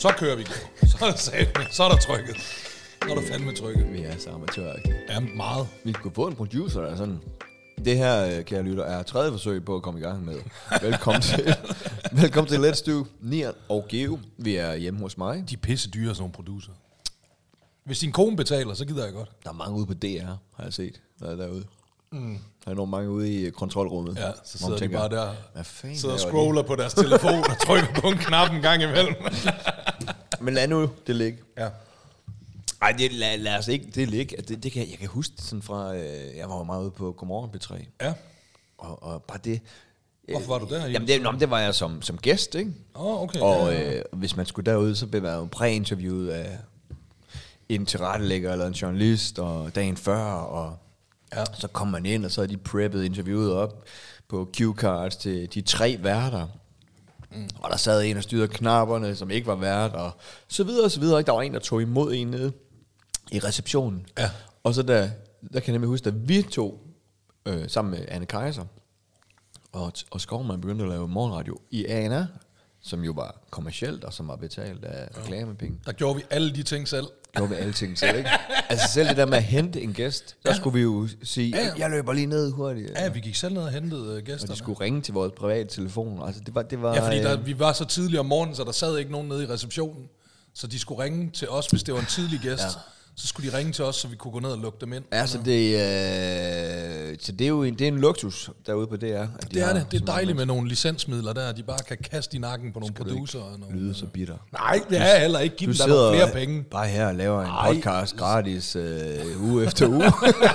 Så kører vi. Så er der trykket. Så er der fandme trykket. Vi er så amatører. Ja, meget. Vi kunne få en producer, der er sådan... Det her, kære lytter, er tredje forsøg på at komme i gang med. Velkommen til Let's Do, Nian og Geo. Vi er hjemme hos mig. De er pisse dyre, sådan nogle producer. Hvis din kone betaler, så gider jeg godt. Der er mange ude på DR, har jeg set, der er derude. Der er nogle mange ude i kontrolrummet. Ja, så sidder de bare der. Hvad fanden sidder og scroller på deres telefon og trykker på en knap en gang imellem. Men lad nu det ligge. Ja. Ej, lad os ikke det ligge. Jeg kan huske sådan fra... jeg var jo meget ude på Godmorgen P3. Ja. Og bare det... Hvorfor var du der? Jamen, det var jeg som gæst, ikke? Okay. Og hvis man skulle derud, så blev man jo præinterviewet af en tilrettelægger eller en journalist, og dagen før, og så kom man ind, og så er de preppet interviewet op på cue-cards til de 3 værter. Og der sad en og styrede knapperne, som ikke var vært, og så videre og så videre. Der var en, der tog imod en nede i receptionen. Ja. Og så der kan jeg nemlig huske, at vi to, sammen med Anne Kaiser og Skovman, begyndte at lave morgenradio i ANR, som jo var kommercielt, og som var betalt af reklamepenge. Der gjorde vi alle de ting selv. Ikke? Altså selv det der med at hente en gæst, der skulle vi jo sige, jeg løber lige ned hurtigt. Ja, vi gik selv ned og hentede gæsterne. Og de skulle ringe til vores private telefon. Altså det var ja, fordi vi var så tidligt om morgenen, så der sad ikke nogen nede i receptionen. Så de skulle ringe til os, hvis det var en tidlig gæst. Ja. Så skulle de ringe til os, så vi kunne gå ned og lukke dem ind. Ja, så det er jo en luksus derude på DR. Det er dejligt med nogle licensmidler der, de bare kan kaste i nakken på nogle producer. Og nogle, lyde så bitter. Nej, det er heller ikke. Giv dem der nogle flere penge. Bare her og laver en podcast gratis uge efter uge.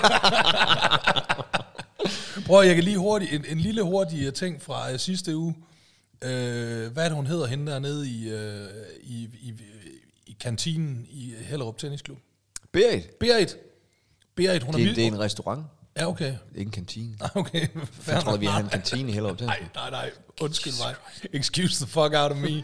Prøv, jeg kan lige hurtigt, en lille hurtig ting fra sidste uge. Hvad er det, hun hedder hende dernede i kantinen i Hellerup Tennisklub? Berit, hun det er en restaurant. Ja, okay. Det er ikke en kantine. Okay. Jeg tror, vi har en kantine i Hellerup Tennisklub. Nej. Undskyld mig. Excuse the fuck out of me.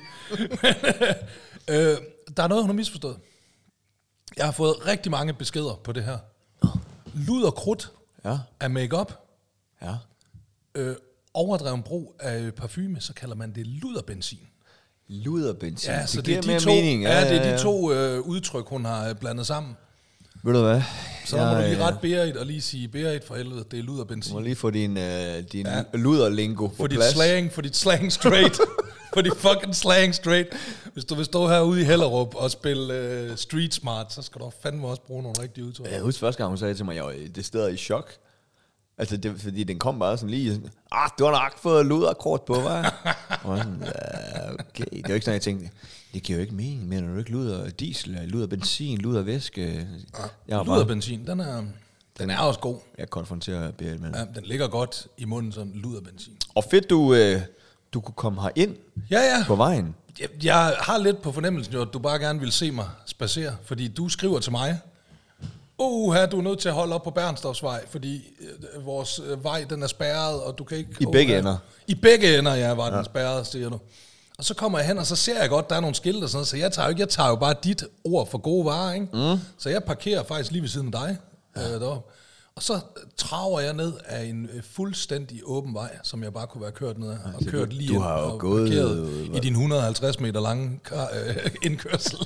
Der er noget, hun har misforstået. Jeg har fået rigtig mange beskeder på det her. Lud og krudt af make-up. Ja. Overdreven brug af parfume, så kalder man det luderbenzin. Luderbenzin. Ja, så det er de to, mening. Ja, det er de to udtryk, hun har blandet sammen. Ved du hvad? Så må du lige rette Berit og lige sige, Berit for helvede, det er luderbenzin. Du må lige få din luderlingo på plads. For dit slang straight. For dit fucking slang straight. Hvis du vil stå herude i Hellerup og spille street smart, så skal du fandme også bruge nogle rigtige udtryk. Jeg husker første gang, hun sagde til mig, at jeg var det sted i chok. Altså, fordi den kom bare sådan lige sådan, du har nok fået luderkort på, hva'? Og sådan, okay. Det var ikke sådan, jeg tænkte, det giver jo ikke mening, mener du ikke luder diesel, luder benzin, luder væske? Luder benzin, den er også god. Jeg konfronterer Berit med. Ja, den ligger godt i munden som luder benzin. Og fedt, du kunne komme herind på vejen. Jeg har lidt på fornemmelsen, at du bare gerne vil se mig spacere, fordi du skriver til mig, her du er nødt til at holde op på Bernstorffsvej, fordi vores vej, den er spærret, og du kan ikke... I begge ender. I begge ender, var den spærret, siger du. Og så kommer jeg hen, og så ser jeg godt, der er nogle skilte og sådan noget, så jeg tager jo bare dit ord for gode varer, ikke? Så jeg parkerer faktisk lige ved siden af dig deroppe. Og så traver jeg ned af en fuldstændig åben vej, som jeg bare kunne være kørt ned af, og kørt lige ind og parkeret i din 150 meter lange indkørsel.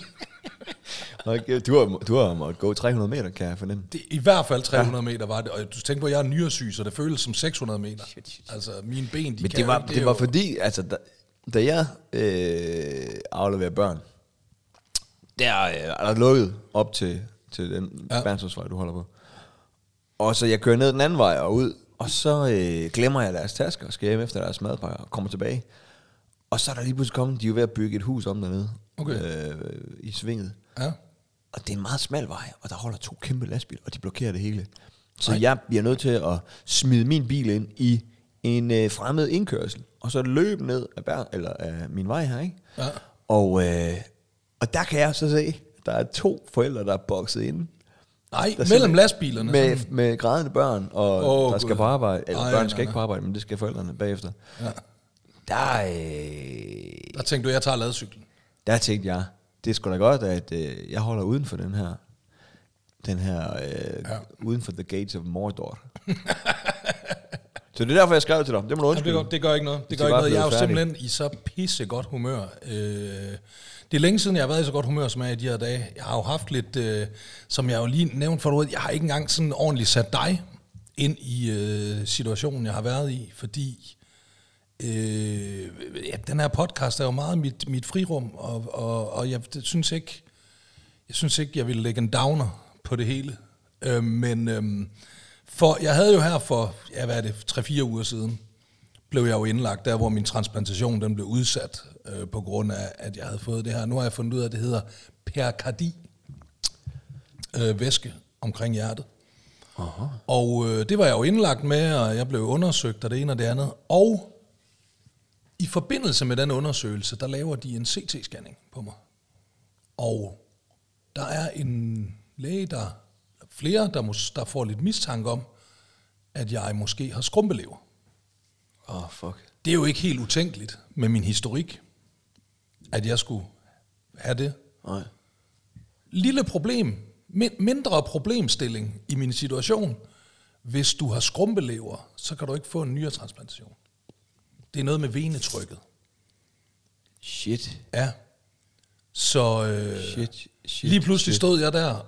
Du har måttet gå 300 meter, kan jeg fornemme. I hvert fald 300 meter var det, og du tænker på, at jeg er nyresyg, så det føles som 600 meter. Shit. Altså, mine ben, de men kan det var fordi, altså, da jeg afleverer børn, der er der lukket op til den Bernstorffsvej, du holder på. Og så jeg kører ned den anden vej og ud, og så glemmer jeg deres tasker og skal hjem efter deres madpakker og kommer tilbage. Og så er der lige pludselig kommet, de er jo ved at bygge et hus om dernede i svinget. Ja. Og det er en meget smal vej, og der holder 2 kæmpe lastbiler, og de blokerer det hele. Så jeg bliver nødt til at smide min bil ind i en fremmed indkørsel, og så løbe ned af min vej her, ikke? Ja. Og der kan jeg så se, der er 2 forældre, der er bokset inde. Nej, mellem lastbilerne. Med grædende børn, og der skal på arbejde. Eller børn skal ikke på arbejde, men det skal forældrene bagefter. Ja. Der tænkte du, jeg tager ladcyklen. Der tænkte jeg, det er sgu da godt, at jeg holder uden for den her uden for the gates of Mordor. Så det er derfor, jeg skrev til dig. Det må du undskylde. Jamen, det gør ikke noget. Jeg er jo simpelthen i så pissegodt humør. Det er længe siden, jeg har været i så godt humør, som jeg er i de her dage. Jeg har jo haft lidt, som jeg jo lige nævnte for dig, jeg har ikke engang sådan ordentligt sat dig ind i situationen, jeg har været i, fordi den her podcast er jo meget mit frirum, og jeg synes ikke, jeg ville lægge en downer på det hele. For jeg havde jo her for, 3-4 uger siden, blev jeg jo indlagt der, hvor min transplantation den blev udsat på grund af, at jeg havde fået det her. Nu har jeg fundet ud af, at det hedder perikardi, væske omkring hjertet. Aha. Og det var jeg jo indlagt med, og jeg blev undersøgt og det ene og det andet. Og i forbindelse med den undersøgelse, der laver de en CT-scanning på mig. Og der er en læge, flere, der får lidt mistanke om, at jeg måske har skrumpelever. Fuck. Det er jo ikke helt utænkeligt med min historik, at jeg skulle have det. Nej. Lille problem, mindre problemstilling i min situation. Hvis du har skrumpelever, så kan du ikke få en nyretransplantation. Det er noget med venetrykket. Shit. Ja. Så lige pludselig stod jeg der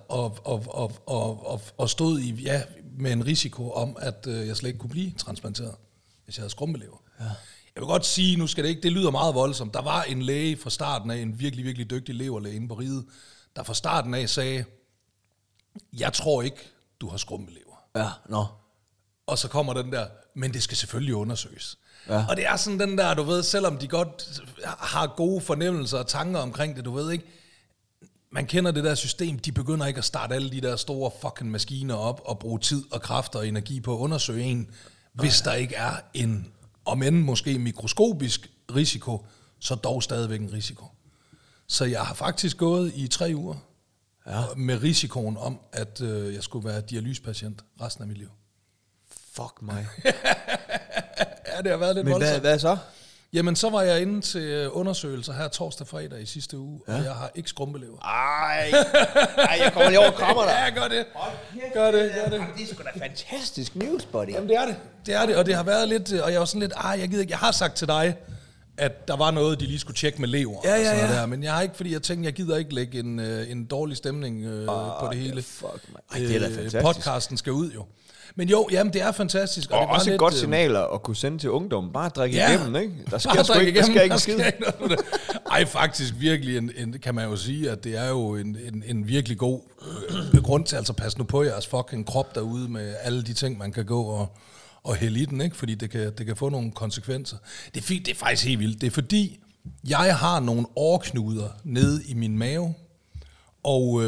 og stod med en risiko om, at jeg slet ikke kunne blive transplanteret, hvis jeg havde skrumpelever. Ja. Jeg vil godt sige, nu skal det lyder meget voldsomt. Der var en læge fra starten af, en virkelig, virkelig dygtig leverlæge inde på riget, der fra starten af sagde, jeg tror ikke, du har skrumpelever. Ja, Og så kommer den der, men det skal selvfølgelig undersøges. Ja. Og det er sådan den der, du ved, selvom de godt har gode fornemmelser og tanker omkring det, du ved ikke, man kender det der system, de begynder ikke at starte alle de der store fucking maskiner op og bruge tid og kræfter og energi på at undersøge en, hvis der ikke er en, om end måske mikroskopisk risiko, så dog stadigvæk en risiko. Så jeg har faktisk gået i 3 uger med risikoen om, at jeg skulle være dialysepatient resten af mit liv. Fuck mig. Ja, det har været lidt Men voldsomt. hvad så? Jamen, så var jeg inde til undersøgelser her torsdag fredag i sidste uge, og jeg har ikke skrumpelever. Ej, jeg kommer lige over og krammer dig. Ja, gør det. Gør det. Det er sgu da fantastisk news, buddy. Jamen, det er det, og det har været lidt, og jeg var sådan lidt, jeg gider ikke, jeg har sagt til dig, at der var noget, de lige skulle tjekke med lever. Og sådan noget der, men jeg har ikke, fordi jeg tænkte, jeg gider ikke lægge en dårlig stemning på det hele. Fuck mig. Ej, det er da fantastisk. Podcasten skal ud jo. Men jo, jamen det er fantastisk. Og det også et lidt, godt signal at kunne sende til ungdommen. Bare drikke igennem, ikke? Der sker ikke skid. Ej, faktisk virkelig, kan man jo sige, at det er jo en virkelig god grund til, altså pas nu på jeres fucking krop derude med alle de ting, man kan gå og hælde i den, ikke? Fordi det kan få nogle konsekvenser. Det er faktisk helt vildt. Det er fordi, jeg har nogle åreknuder nede i min mave, og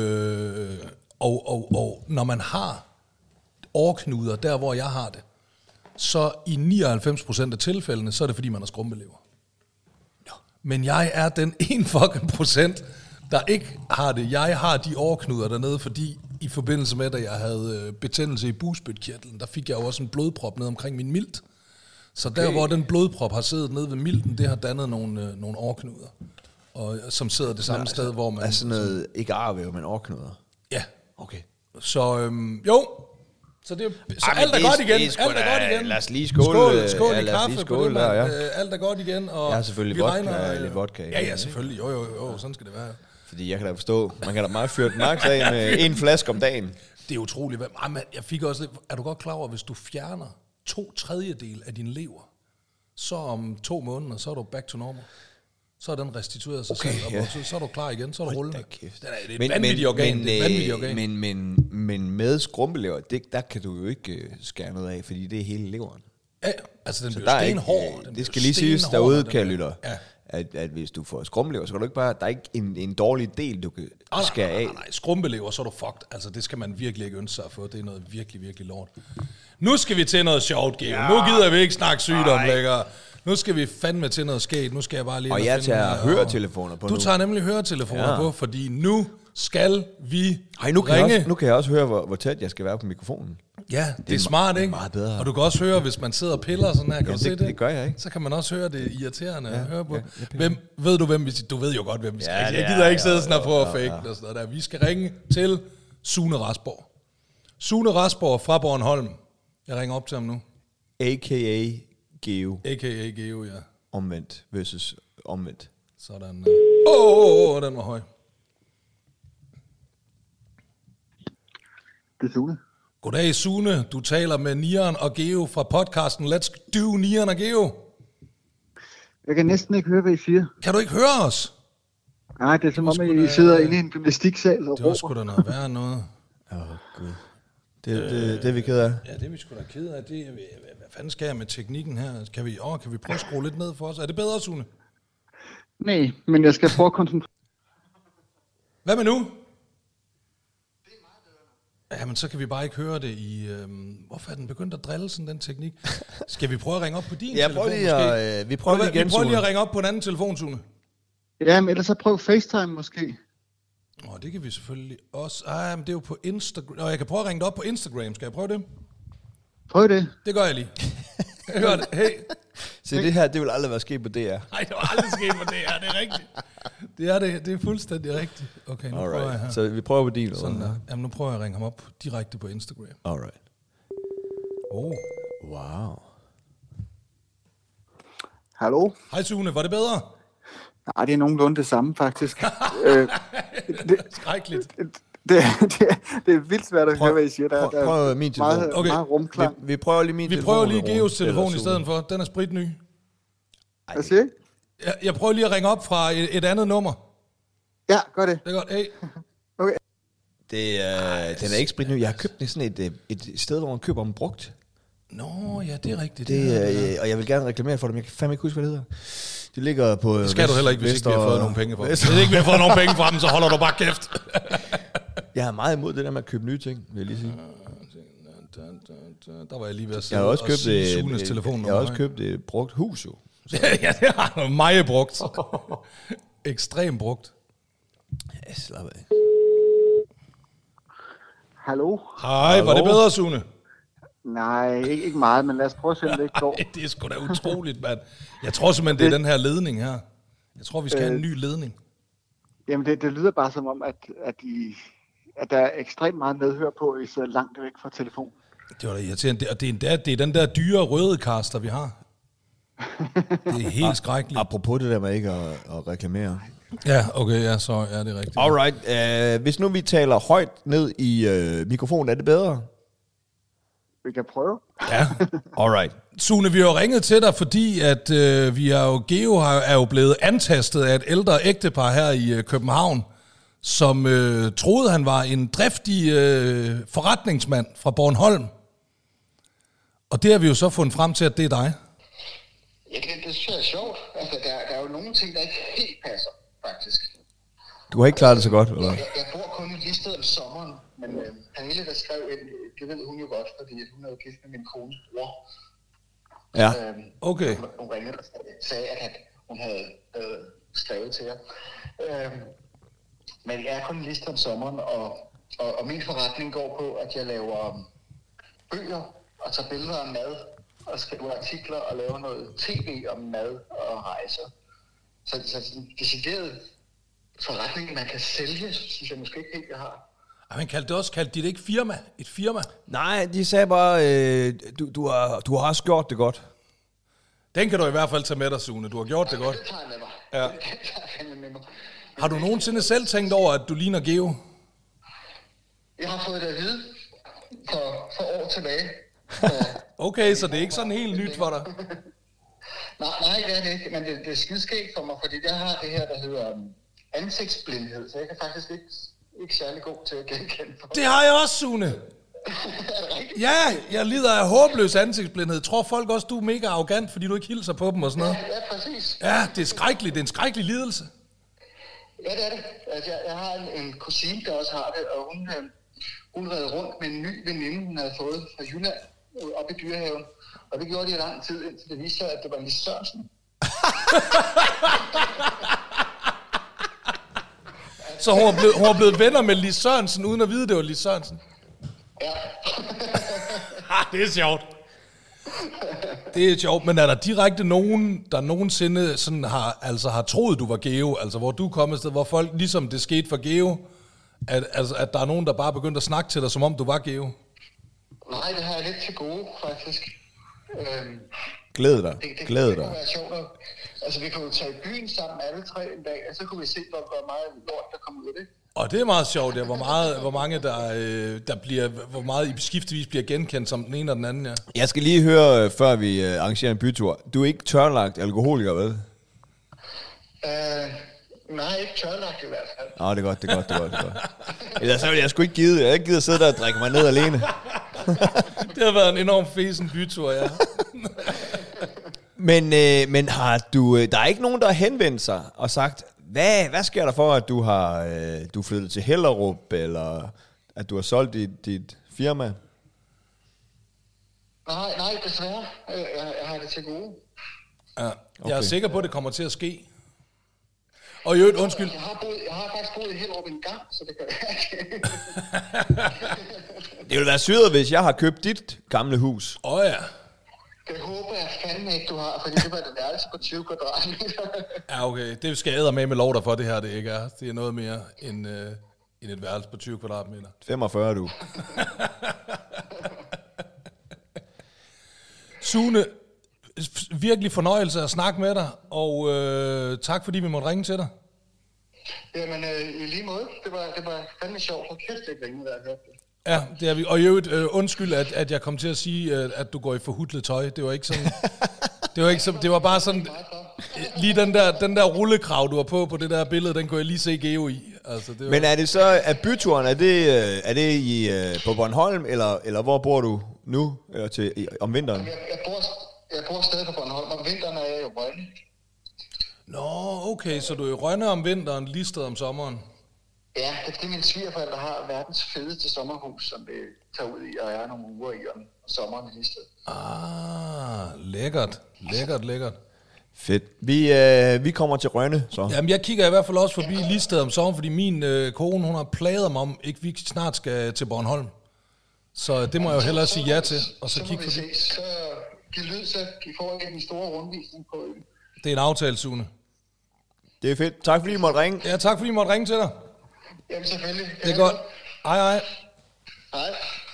når man har åreknuder, der hvor jeg har det, så i 99% af tilfældene, så er det fordi, man har skrumpelever. Men jeg er den 1%, der ikke har det. Jeg har de åreknuder dernede, fordi i forbindelse med, at jeg havde betændelse i bugspytkirtlen, der fik jeg jo også en blodprop ned omkring min milt. Så der, hvor den blodprop har siddet nede ved milten, det har dannet nogle åreknuder, og, som sidder det samme sted, hvor man... Altså noget, ikke arvæv, men åreknuder? Ja. Okay. Så jo... Så alt er godt igen. Alt er godt igen. Lad os lige skåle. Skål i kaffe på det, der, alt er godt igen. Og jeg har selvfølgelig lidt vodka. Ja, selvfølgelig. Jo, sådan skal det være. Fordi jeg kan da forstå, man kan da meget fyre den maks af med 1 flaske om dagen. Det er utroligt. Jeg fik også lidt, er du godt klar over, hvis du fjerner 2/3 af din lever, så om 2 måneder, så er du back to normal. Så er den restitueret sig selv, og så er du klar igen, så er du rullende. Det er et vanvittigt organ. Men med skrumpelever, der kan du jo ikke skære noget af, fordi det er hele leveren. Ja, altså den bliver stenhård. Det skal lige siges derude, kære lytter, at hvis du får skrumpelever, så kan du ikke bare, der er ikke en dårlig del, du kan skære af. Nej, skrumpelever, så er du fucked. Altså det skal man virkelig ikke ønske sig at få. Det er noget virkelig, virkelig lort. Nu skal vi til noget sjovt, Geo. Nu gider vi ikke snakke sygdom længere. Nu skal vi fandme til noget skægt. Nu skal jeg bare lige... Og jeg tager høretelefoner på nu. Du tager nemlig høretelefoner på, fordi nu skal vi ringe. Nu kan jeg også høre, hvor tæt jeg skal være på mikrofonen. Ja, det er smart, ikke? Meget bedre. Og du kan også høre, hvis man sidder og piller sådan her. Kan du se det? Det gør jeg ikke. Så kan man også høre det irriterende at høre på. Ved du, hvem vi skal... Du ved jo godt, hvem vi skal ringe. Jeg gider ikke sidde sådan her på at fake og sådan noget der. Vi skal ringe til Sune Rasborg. Sune Rasborg fra Bornholm. Jeg ringer op til ham nu. A.k.a. Geo. A.k.a. Geo, ja. Omvendt versus omvendt. Sådan. Den var høj. Det er Sune. Goddag, Sune. Du taler med Nieren og Geo fra podcasten Let's Do Nieren og Geo. Jeg kan næsten ikke høre, hvad I siger. Kan du ikke høre os? Nej, det er som om, I sidder inde i en gymnastiksal og Det var sgu da noget værre noget. Gud. Det er vi ked af. Ja, det er vi sgu da ked af. Hvad fanden skal jeg med teknikken her? Kan vi prøve at skrue lidt ned for os? Er det bedre, Sune? Nej, men jeg skal prøve at koncentrere. Hvad med nu? Jamen, så kan vi bare ikke høre det i... hvorfor er den begyndt at drille sådan, den teknik? Skal vi prøve at ringe op på din telefon, måske? Vi prøver igen, Vi prøver lige at ringe op på en anden telefon, Sune. Ja, men ellers så prøv FaceTime måske. Det kan vi selvfølgelig også. Men det er jo på Instagram. Jeg kan prøve at ringe dig op på Instagram. Skal jeg prøve det? Prøv det. Det gør jeg lige. Jeg gør det. Hey. Så det her, det vil aldrig være sket på DR. Nej, det var aldrig sket på DR. Det er rigtigt. Det er fuldstændig rigtigt. Okay, nu prøver jeg her. Så vi prøver på din. Sådan der. Jamen, nu prøver jeg at ringe ham op direkte på Instagram. Alright. Wow. Hallo? Hej Sune, var det bedre? Nej, det er nogenlunde det samme, faktisk. Skrækkeligt. Det er vildt svært at høre, hvad I siger. Prøv min telefon. Meget rumklang. Vi prøver lige min telefon. Vi prøver lige Geos telefon i stedet for. Den er spritny. Hvad siger I? Jeg prøver lige at ringe op fra et andet nummer. Ja, gør det. Det er godt. Hey. Okay. Den er ikke spritny. Jeg har købt den i sådan et sted, hvor man køber dem brugt. Nå, ja, det er rigtigt. Og jeg vil gerne reklamere for dem. Jeg kan fandme ikke huske, hvad det hedder. Det ligger på... Det skal du heller ikke, hvis ikke vi har fået nogen penge fra dem. Hvis ikke vi har fået nogen penge fra dem, så holder du bare kæft. Jeg er meget imod det der med at købe nye ting, vil jeg lige sige. Der var jeg lige ved at sige. Jeg har også købt et brugt hus, jo. Ja, det har du meget brugt. Ekstremt brugt. Ja, slap af. Hallo? Hej, var det bedre, Sune? Nej, ikke meget, men lad os prøve at se, om det ikke går. Det er sgu da utroligt, mand. Jeg tror simpelthen, det er den her ledning her. Jeg tror, vi skal have en ny ledning. Jamen, det lyder bare som om, at der er ekstremt meget medhør på, I så langt væk fra telefon. Det var da irriterende. Og det er den der dyre røde kaster, vi har. Det er helt skrækkeligt. Apropos det der med ikke at reklamere. Ja, okay, ja, så er det rigtigt. Alright, hvis nu vi taler højt ned i mikrofonen, er det bedre? Vi kan prøve. Ja, alright. Sune, vi har jo ringet til dig, fordi at Geo er jo blevet antastet af et ældre ægtepar her i København, som troede, han var en driftig forretningsmand fra Bornholm. Og det har vi jo så fundet frem til, at det er dig. Ja, det synes jeg er sjovt. Altså, der er jo nogle ting, der ikke helt passer, faktisk. Du har ikke klaret det så godt, eller? Jeg bor kun i Listed om sommeren, men Pernille, der skrev ind, det ved hun jo godt, fordi hun er jo gift med min kones bror. Ja, okay. Hun ringede og sagde, at hun havde skrevet til jer. Men jeg er kun i Listed om sommeren, og min forretning går på, at jeg laver bøger og tager billeder af mad, og skriver artikler og laver noget tv om mad og rejser. Så sådan decideret forretning, man kan sælge, synes jeg måske ikke helt, jeg har. Men kaldte de det ikke firma? Et firma? nej, de sagde bare, du har også gjort det godt. Den kan du i hvert fald tage med dig, Sune. Du har gjort det godt. Det tager jeg med mig. Ja. Det tager jeg med mig. Har du nogensinde selv tænkt over, at du ligner Geo? Jeg har fået det at vide for år tilbage. Okay, så det er ikke sådan helt nyt for dig? Nej, det er det ikke, men det er skidskægt for mig, fordi jeg har det her, der hedder ansigtsblindhed, så jeg kan faktisk ikke særlig god til at genkende for. Det har jeg også, Sune. Ja, jeg lider af håbløs ansigtsblindhed. Tror folk også, du er mega arrogant, fordi du ikke hilser på dem og sådan noget? Ja, præcis. Ja, det er skrækkeligt. Det er en skrækkelig lidelse. Ja, det er det. Altså, jeg har en kusine, der også har det, og hun redde rundt med en ny veninde, hun havde fået fra Jylland, op i Dyrehaven. Og det gjorde de i lang tid, indtil det viste sig, at det var Lis Sørensen. Så hun var blevet venner med Lis Sørensen, uden at vide, det var Lis Sørensen? Ja. Det er sjovt. Det er sjovt, men er der direkte nogen, der nogensinde sådan har troet, du var Geo? Altså, hvor du kom et sted, hvor folk, ligesom det skete for Geo, at der er nogen, der bare begyndte at snakke til dig, som om du var Geo? Nej, det har jeg lidt til gode, faktisk. Glæd dig. Det Glæd kunne dig. være sjovt. Altså, vi kunne jo tage i byen sammen alle tre en dag, og så kunne vi se, hvor meget lort, der kommer ud af det. Og det er meget sjovt, ja. Hvor mange der bliver, hvor meget i skiftevis bliver genkendt som den ene og den anden, ja. Jeg skal lige høre, før vi arrangerer en bytur. Du er ikke tørlagt alkoholiker, vel? Nej, ikke tørlagt i hvert fald. Nå, det er godt. Ellers så ville jeg sgu ikke gide. Jeg ikke gide at sidde der og drikke mig ned alene. Det har været en enorm fesen bytur, ja. Men har du... Der er ikke nogen, der har henvendt sig og sagt, hvad sker der for, at du er flyttet til Hellerup, eller at du har solgt dit firma? Nej, desværre. Jeg har det til gode. Ja. Jeg er sikker på, at det kommer til at ske. Og i øvrigt, undskyld. Jeg har faktisk boet i Hellerup en gang, så det kan jeg ikke. Det ville være syret, hvis jeg har købt dit gamle hus. Ja. Det håber jeg fandme ikke, du har, fordi det var et værelse på 20 kvadratmeter. Ja, okay. Det skal jeg med lov dig for, det her det ikke er. Det er noget mere end et værelse på 20 kvadratmeter. 45, du. Sune, virkelig fornøjelse at snakke med dig, og tak fordi vi måtte ringe til dig. Jamen, i lige måde. Det var fandme sjovt. For kæft, det ringede, der hørte det. Ja, det er vi. Og i øvrigt, undskyld, at jeg kom til at sige, at du går i forhudlet tøj. Det var ikke sådan... det var bare sådan... Lige den der rullekrav, du var på det der billede, den kunne jeg lige se Geo i. Altså, det var... Men er det så, at byturen, er det på Bornholm, eller hvor bor du nu, eller om vinteren? Jeg bor stadig på Bornholm, og vinteren er jeg i Rønne. Nå, okay, så du er i Rønne om vinteren, Listed om sommeren. Ja, det er fordi mine svigerforældre har verdens fedeste sommerhus, som vi tager ud i, og jeg er nogle uger i om sommeren i Listed. Lækkert. Fedt. Vi kommer til Rønne, så. Jamen, jeg kigger i hvert fald også forbi Listed om sommeren, fordi min kone, hun har plaget mig om, ikke vi snart skal til Bornholm. Så det må jeg jo hellere sige ja til, og så kigge forbi. Så giv lyd, så I får en stor rundvisning på øen. Det er en aftale, Sune. Det er fedt. Tak fordi I måtte ringe. Ja, tak fordi I måtte ringe til dig. Jamen selvfølgelig. Det er godt. Hej. Hej.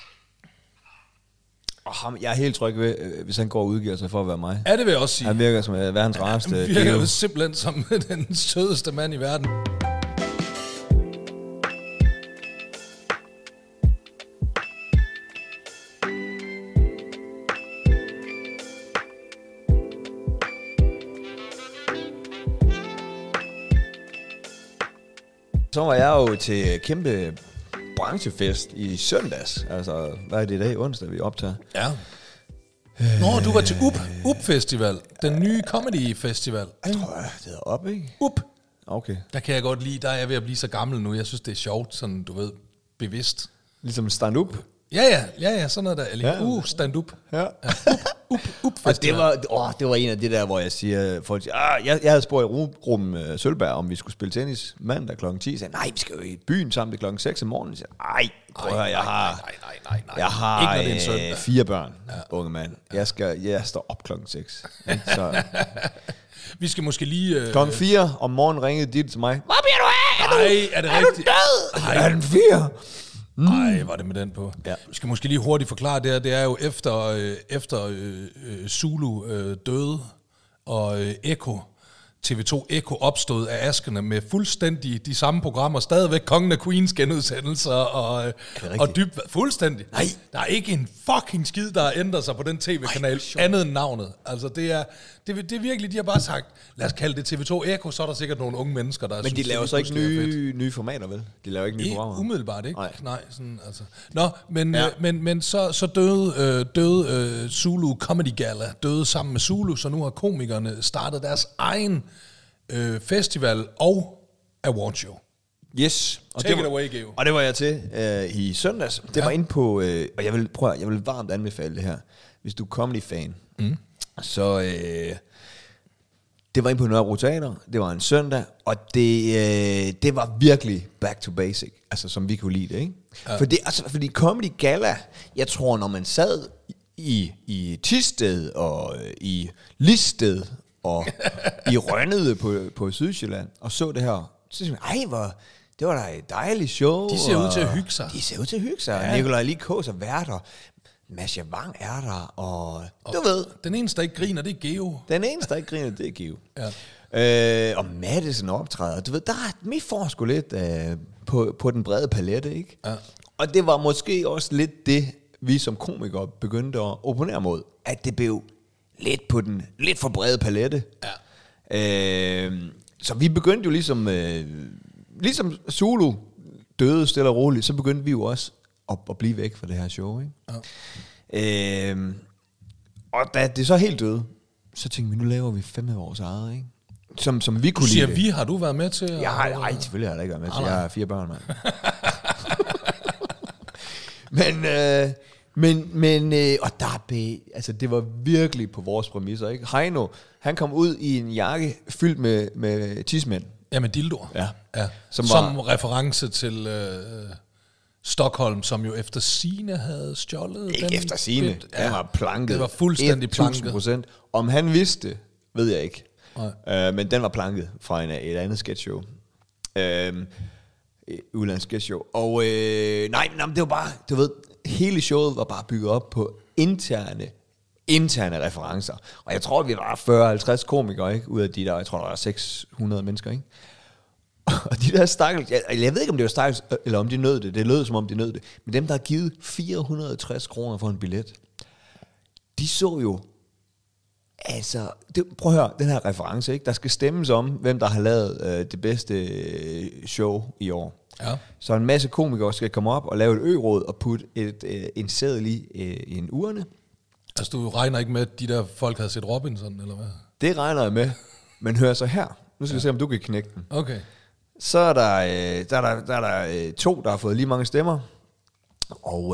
Jeg er helt tryg ved, hvis han går og udgiver sig for at være mig. Ja, det vil jeg også sige. Han virker som verdens rareste. Han virker jo simpelthen som den sødeste mand i verden. Så var jeg jo til kæmpe branchefest i søndags. Altså, hvad er det i dag? Onsdag, vi optager. Ja. Nå, du var til UP Festival. Den nye comedy festival. Jeg tror, det hedder op, ikke? UP. Okay. Der kan jeg godt lide, der er jeg ved at blive så gammel nu. Jeg synes, det er sjovt, sådan, du ved, bevidst. Ligesom stand-up? Ja, sådan noget der. Eller, stand-up. Ja. UP Og Festival. det var en af det der, hvor jeg siger, folk siger, jeg havde spurgt i Ruben Sølberg, om vi skulle spille tennis mandag kl. 10. Jeg sagde, nej, vi skal jo i byen sammen til kl. 6 om morgenen. Jeg sagde, prøv at høre, jeg har 4 børn, unge mand. Jeg står op kl. 6. Så. Vi skal måske lige... Klokken 4 om morgenen ringede Ditte til mig. Hvor bliver du af? Nej, er det rigtigt? Er du død? Er den 4? Nej, var det med den på. Ja. Vi skal måske lige hurtigt forklare det her. Det er jo efter Zulu døde, og TV2 Echo opstod af askerne med fuldstændig de samme programmer. Stadigvæk Kongen af Queens genudsendelser og dybt fuldstændig. Nej. Der er ikke en fucking skid, der har ændret sig på den tv-kanal, andet end navnet. Altså det er virkelig, de har bare sagt, lad os kalde det TV2 Echo, så er der sikkert nogle unge mennesker, der men de laver så ikke nye formater, vel? De laver ikke nye programmer. Umiddelbart ikke. Nej, sådan altså. Nå, men så døde Zulu Comedy Gala, døde sammen med Zulu, så nu har komikerne startet deres egen festival og awardshow. Yes. Take it away, Geo. Og det var jeg til i søndags. Det var inde på, og jeg vil varmt anbefale det her. Hvis du er comedy-fan, så det var inde på Nørrebro Teater. Det var en søndag, og det var virkelig back to basic. Altså, som vi kunne lide det, ikke? Ja. Fordi Comedy Gala, jeg tror, når man sad i Thisted og i Listed og i Rønnede på Sydsjælland og så det her, så synes jeg, det var da et dejligt show. De ser ud til at hygge sig. De ser ud til at hygge sig. Ja. Nikolaj Likås er værter. Masha Wang er der, og du ved. Den eneste, der ikke griner, det er Geo. Den eneste, der ikke griner, det er Geo. Ja. Og Madison optræder. Du ved, vi får sgu lidt på den brede palette, ikke? Ja. Og det var måske også lidt det, vi som komikere begyndte at opponere mod. At det blev lidt på den lidt for brede palette. Ja. Så vi begyndte jo ligesom Zulu døde stille og roligt, så begyndte vi jo også at blive væk fra det her show, ikke? Ja. Og da det så helt døde, så tænkte vi, nu laver vi 5 af vores eget, ikke? Som vi kunne lide. Du siger vi, har du været med til? Nej, selvfølgelig har jeg ikke været med til. Jeg har 4 børn, mand. Men og altså det var virkelig på vores præmisser, ikke? Heino, han kom ud i en jakke fyldt med tidsmænd. Ja, med dildoer. Ja. Som reference til Stockholm, som jo efter sigende havde stjålet. Ikke efter sigende. Den var planket. Det var fuldstændig planket. 1000%. Om han vidste, ved jeg ikke. Men den var planket fra et andet sketchshow. Udlands sketchshow. Og nej, det var bare, du ved, hele showet var bare bygget op på interne referencer. Og jeg tror, vi var 40-50 komikere, ikke? Ud af de der, jeg tror, der var 600 mennesker, ikke? Og de der stakkels, jeg ved ikke, om det var stakkels, eller om de nød det. Det lød, som om de nød det. Men dem, der har givet 460 kroner for en billet, de så jo, altså, prøv at høre, den her reference, ikke? Der skal stemmes om, hvem der har lavet det bedste show i år. Ja. Så en masse komikere skal komme op og lave et ø-råd og putte en seddel i en urne. Altså, du regner ikke med, at de der folk havde set Robinson, eller hvad? Det regner jeg med. Men hør så her. Nu skal vi se, om du kan knække den. Okay. Så er der 2, der har fået lige mange stemmer. Og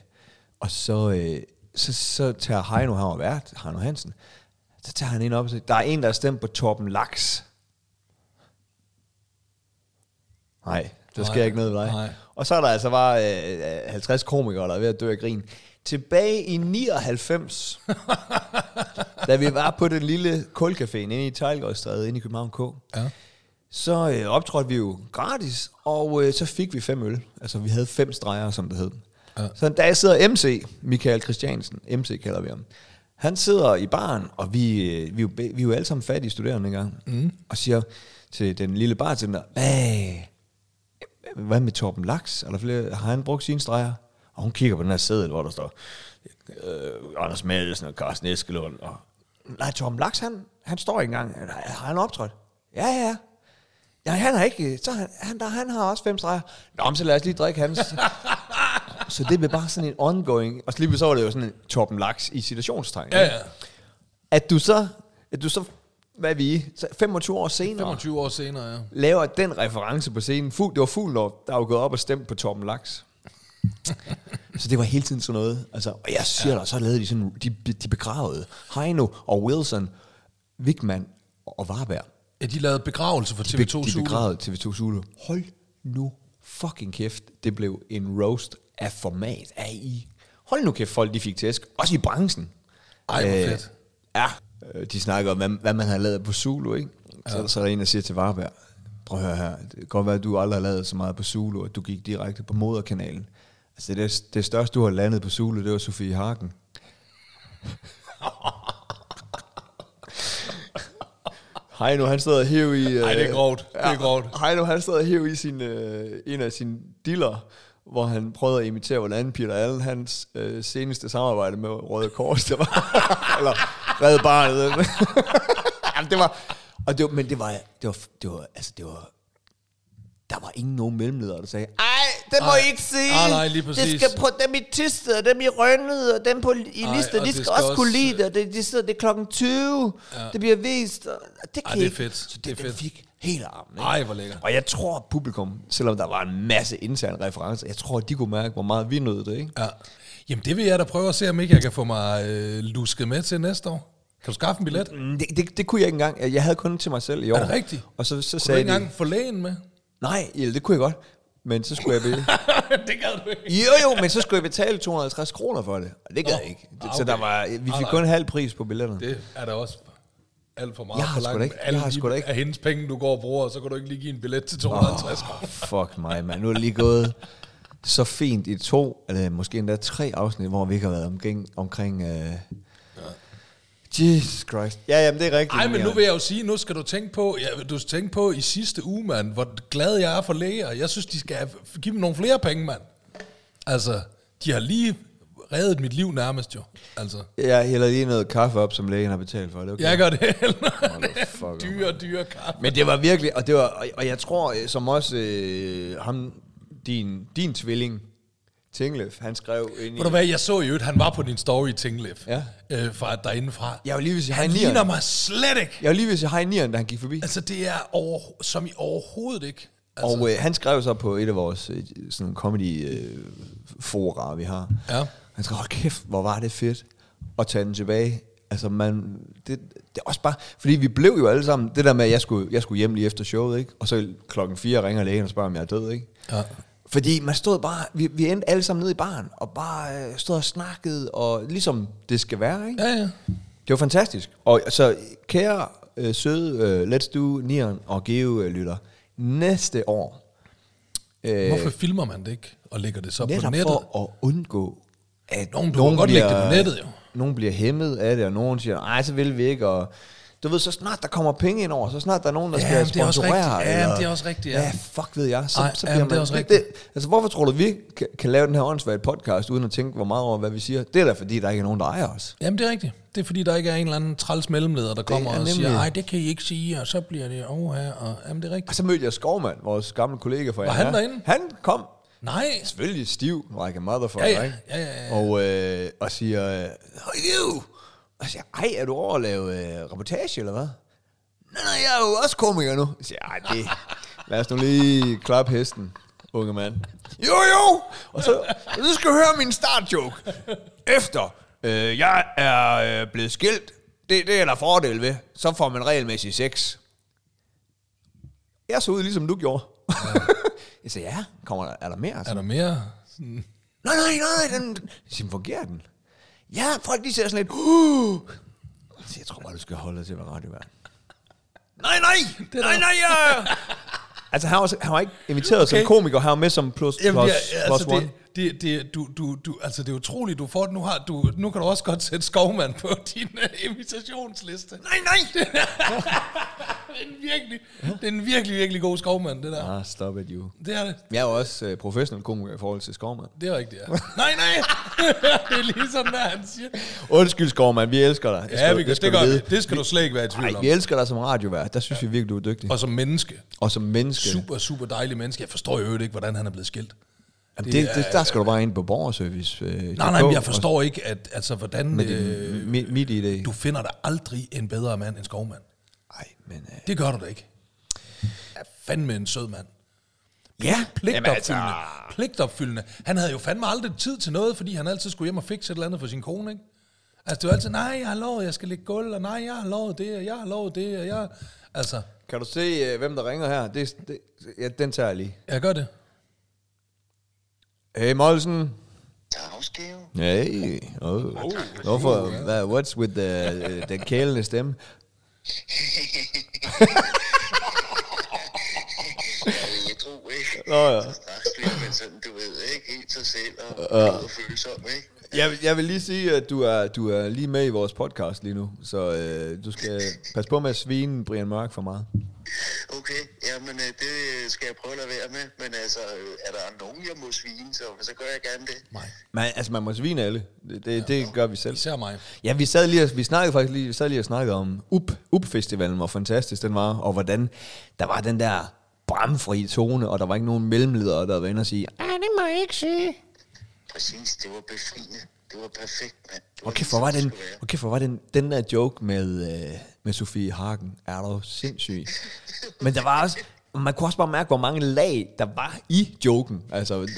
så tager Heino, han var vært, Heino Hansen, så tager han ind op og siger, der er en, der har stemt på Torben Laks. Nej, der sker ikke noget ved dig. Nej. Og så er der altså bare 50 komikere, der er ved at dø af grin. Tilbage i 99, da vi var på den lille kulcafé inde i Tejlgårdstræde inde i København K, så optrådte vi jo gratis, og så fik vi 5 øl. Altså vi havde 5 streger, som det hed. Ja. Så da jeg sidder MC, Michael Christiansen, MC kalder vi ham, han sidder i baren, og vi er jo alle sammen fattige studerende engang, og siger til den lille bartender, hvad med Torben Laks? Eller flere, har han brugt sine streger? Og hun kigger på den her seddel, hvor der står Anders Madsen og Carsten Eskelund. Og nej, Torben Laks, han står ikke engang. Har han optrådt? Ja. Ja, han har ikke. Så han har også 5 streger. Nå, så lad os lige drikke hans. Så det blev bare sådan en ongoing. Og så var det jo sådan en Torben Laks i citationstegn. Ja. At du så hvad er vi 25 år senere. 25 år senere, ja. Laver den reference på scenen. Det var Fuglendorf, der var gået op og stemt på Torben Laks. Så det var hele tiden sådan noget. Altså, og jeg siger dig, så lavede de sådan, de begravede Heino og Wilson, Wigman og Varberg. Ja, de lavede begravelse for TV2 Zulu. De begravede TV2 Zulu. Hold nu fucking kæft. Det blev en roast af format af i. Hold nu kæft, folk de fik tæsk. Også i branchen. Ej, hvor fedt. Ja, de snakker om, hvad man har lavet på Zulu, ikke? Så er der en, der siger til Varberg, prøv at høre her, det kan godt være, at du aldrig har lavet så meget på Zulu, at du gik direkte på moderkanalen. Altså det største, du har landet på Zulu, det var Sofie Hagen. Heino, han stod og hæv i... Nej, det er grovt. Det er grovt. Heino, han stod og hæv i en af sine diller, hvor han prøvede at imitere, hvordan Peter Allen, hans seneste samarbejde med Røde Kors, det var... eller Red Barnet. Jamen, det var... Der var ingen nogen mellemledere, der sagde, det må I ikke sige. Nej, lige præcis. Det skal på dem i Thisted, og dem i Rønnede, og dem i Lister, de skal også kunne lide det. Det er klokken 20, det bliver vist. Det kan det er ikke. fedt. Så det fik hele armen. Ikke? Ej, hvor lækkert. Og jeg tror, publikum, selvom der var en masse interne referencer, jeg tror, de kunne mærke, hvor meget vi nød det, ikke? Ja. Jamen, det vil jeg da prøve at se, om ikke jeg kan få mig lusket med til næste år. Kan du skaffe en billet? Det kunne jeg ikke engang. Jeg havde kun til mig selv i år. Er det rigtigt? Og så kunne sagde du ikke engang få lægen med? Nej, det kunne jeg godt. Men så skulle jeg det gad du ikke. Jo, men så skulle jeg betale 250 kroner for det. Og det gad jeg ikke. Så vi fik kun halv pris på billetterne. Det er da også alt for meget. Jeg har sgu da ikke. Af hendes penge, du går og bruger, så kan du ikke lige give en billet til 250 kroner. Fuck mig, mand. Nu er det lige gået så fint i 2, eller måske endda 3 afsnit, hvor vi ikke har været omkring Jesus Christ. Ja, jamen det er rigtigt. Nej, men nu vil jeg jo sige, nu skal du tænke på, du skal tænke på i sidste uge, mand, hvor glad jeg er for læger. Jeg synes, de skal give dem nogle flere penge, mand. Altså, de har lige reddet mit liv nærmest jo. Altså. Jeg hælder lige noget kaffe op, som lægen har betalt for. Det okay? Jeg gør det heller. Dyre kaffe. Men det var virkelig, og jeg tror, som også ham, din tvilling, Tinglef, han skrev ind i... Ved du hvad, jeg så jo, at han var på din story, Tinglef. Ja. Fra derindefra. Jeg var lige ved at sige, han ligner mig slet ikke. Jeg var lige ved at sige hej nieren, da han gik forbi. Altså, det er som i overhovedet ikke. Altså. Og han skrev så på et af vores sådan comedy fora, vi har. Ja. Han skrev, hold kæft, hvor var det fedt at tage den tilbage. Altså, det er også bare... Fordi vi blev jo alle sammen... Det der med, at jeg skulle hjem lige efter showet, ikke? Og så 4:00 ringer lægen og spørger, om jeg er død, ikke? Ja. Fordi man stod bare... Vi endte alle sammen nede i baren, og bare stod og snakkede, og ligesom det skal være, ikke? Ja, ja. Det var fantastisk. Og så, kære, søde, Let's Do, Nieren og Geo lytter, næste år... Hvorfor filmer man det ikke, og lægger det så på nettet? For at undgå, at nogen godt lægge det på nettet, jo. Nogen bliver hæmmet af det, og nogen siger, nej, så vil vi ikke, og du ved, så snart der kommer penge ind over, så snart der er nogen, der skal sponsorere. Ja, det er også rigtigt, ja. Ja, fuck ved jeg. Så bliver man, det er også rigtigt. Altså, hvorfor tror du, vi kan lave den her åndssvage podcast, uden at tænke hvor meget over, hvad vi siger? Det er da, fordi der ikke er nogen, der ejer os. Jamen, det er rigtigt. Det er, fordi der ikke er en eller anden træls mellemleder, der kommer og siger, nej, det kan I ikke sige, og så bliver det her, og jamen, det er rigtigt. Og så mødte jeg Skovmand, vores gamle kollega fra Var han derinde? Han kom. Nej. Selvfølgelig stiv, like a motherfucker, ikke? Ja. Og siger, og siger, ej, er du over at lave reportage, eller hvad? Nej, jeg er jo også komiker nu. Jeg siger, ej, lad os nu lige klappe hesten, unge mand. Jo! Og så skal du høre min startjoke. Efter jeg er blevet skilt, det er der fordel ved, så får man regelmæssigt sex. Jeg så ud, ligesom du gjorde. Ja. Jeg siger, ja, er der mere? Er der mere? Nej, den fungerer den. Ja, folk de ser sådan lidt, jeg tror bare, du skal holde dig til at være radiovært. Nej, ja. Altså, han var ikke inviteret som komiker, han var med som plus one. Altså, det er utroligt, du får det. Nu kan du også godt sætte Skovmand på din invitationsliste. Nej. Det er en virkelig god Skovmand, det der. Stop it, you. Det er det. Jeg er jo også professionel komiker i forhold til Skovmand. Det er rigtigt, ja. Nej. Det er lige sådan, der han siger. Undskyld, Skovmand, vi elsker dig. Det skal du slet ikke være i tvivl om. Nej, vi elsker dig som radiovært. Der synes vi virkelig, du er dygtig. Og som menneske. Super dejlig menneske. Jeg forstår jo ikke, hvordan han er blevet skilt. Jamen der skal du bare ind på borgerservice. Nej, men jeg forstår ikke, at, altså, hvordan mit idé. Du finder der aldrig en bedre mand end Skovmand. Nej, men... Det gør du da ikke. Ja, fandme en sød mand. Ja. Pligtopfyldende. Han havde jo fandme aldrig tid til noget, fordi han altid skulle hjem og fikse et eller andet for sin kone, ikke? Altså, det var altid, nej, jeg har lovet, jeg skal lægge gulv, og nej, jeg har lovet det, og jeg har lovet det, og jeg... Altså... Kan du se, hvem der ringer her? Ja, den tager jeg lige. Jeg gør det. Hey, Mollesen. Dagsgave. Hey. Hvorfor? What's with den kælende stemme? Jeg tror ikke. Ja. Straks bliver man sådan, du ved, ikke helt sig selv og følsom, ikke? Jeg vil lige sige, at du er lige med i vores podcast lige nu, så du skal passe på med at svine Brian Mørk for meget. Okay, jamen det skal jeg prøve at lade være med, men altså, er der nogen, jeg må svine, så gør jeg gerne det. Nej. Men altså, man må svine alle. Det gør vi selv. Især mig. Ja, vi sad lige og snakkede om Up-festivalen, hvor fantastisk den var, og hvordan der var den der bramfri tone, og der var ikke nogen mellemledere, der var inde og sige, det må jeg ikke sige. Præcis, det var befriende. Det var perfekt, mand. Okay, hvor var den der joke med Sofie Hagen, er der sindssyg. Men der var også, man kunne også bare mærke, hvor mange lag der var i joken. Altså. Ja,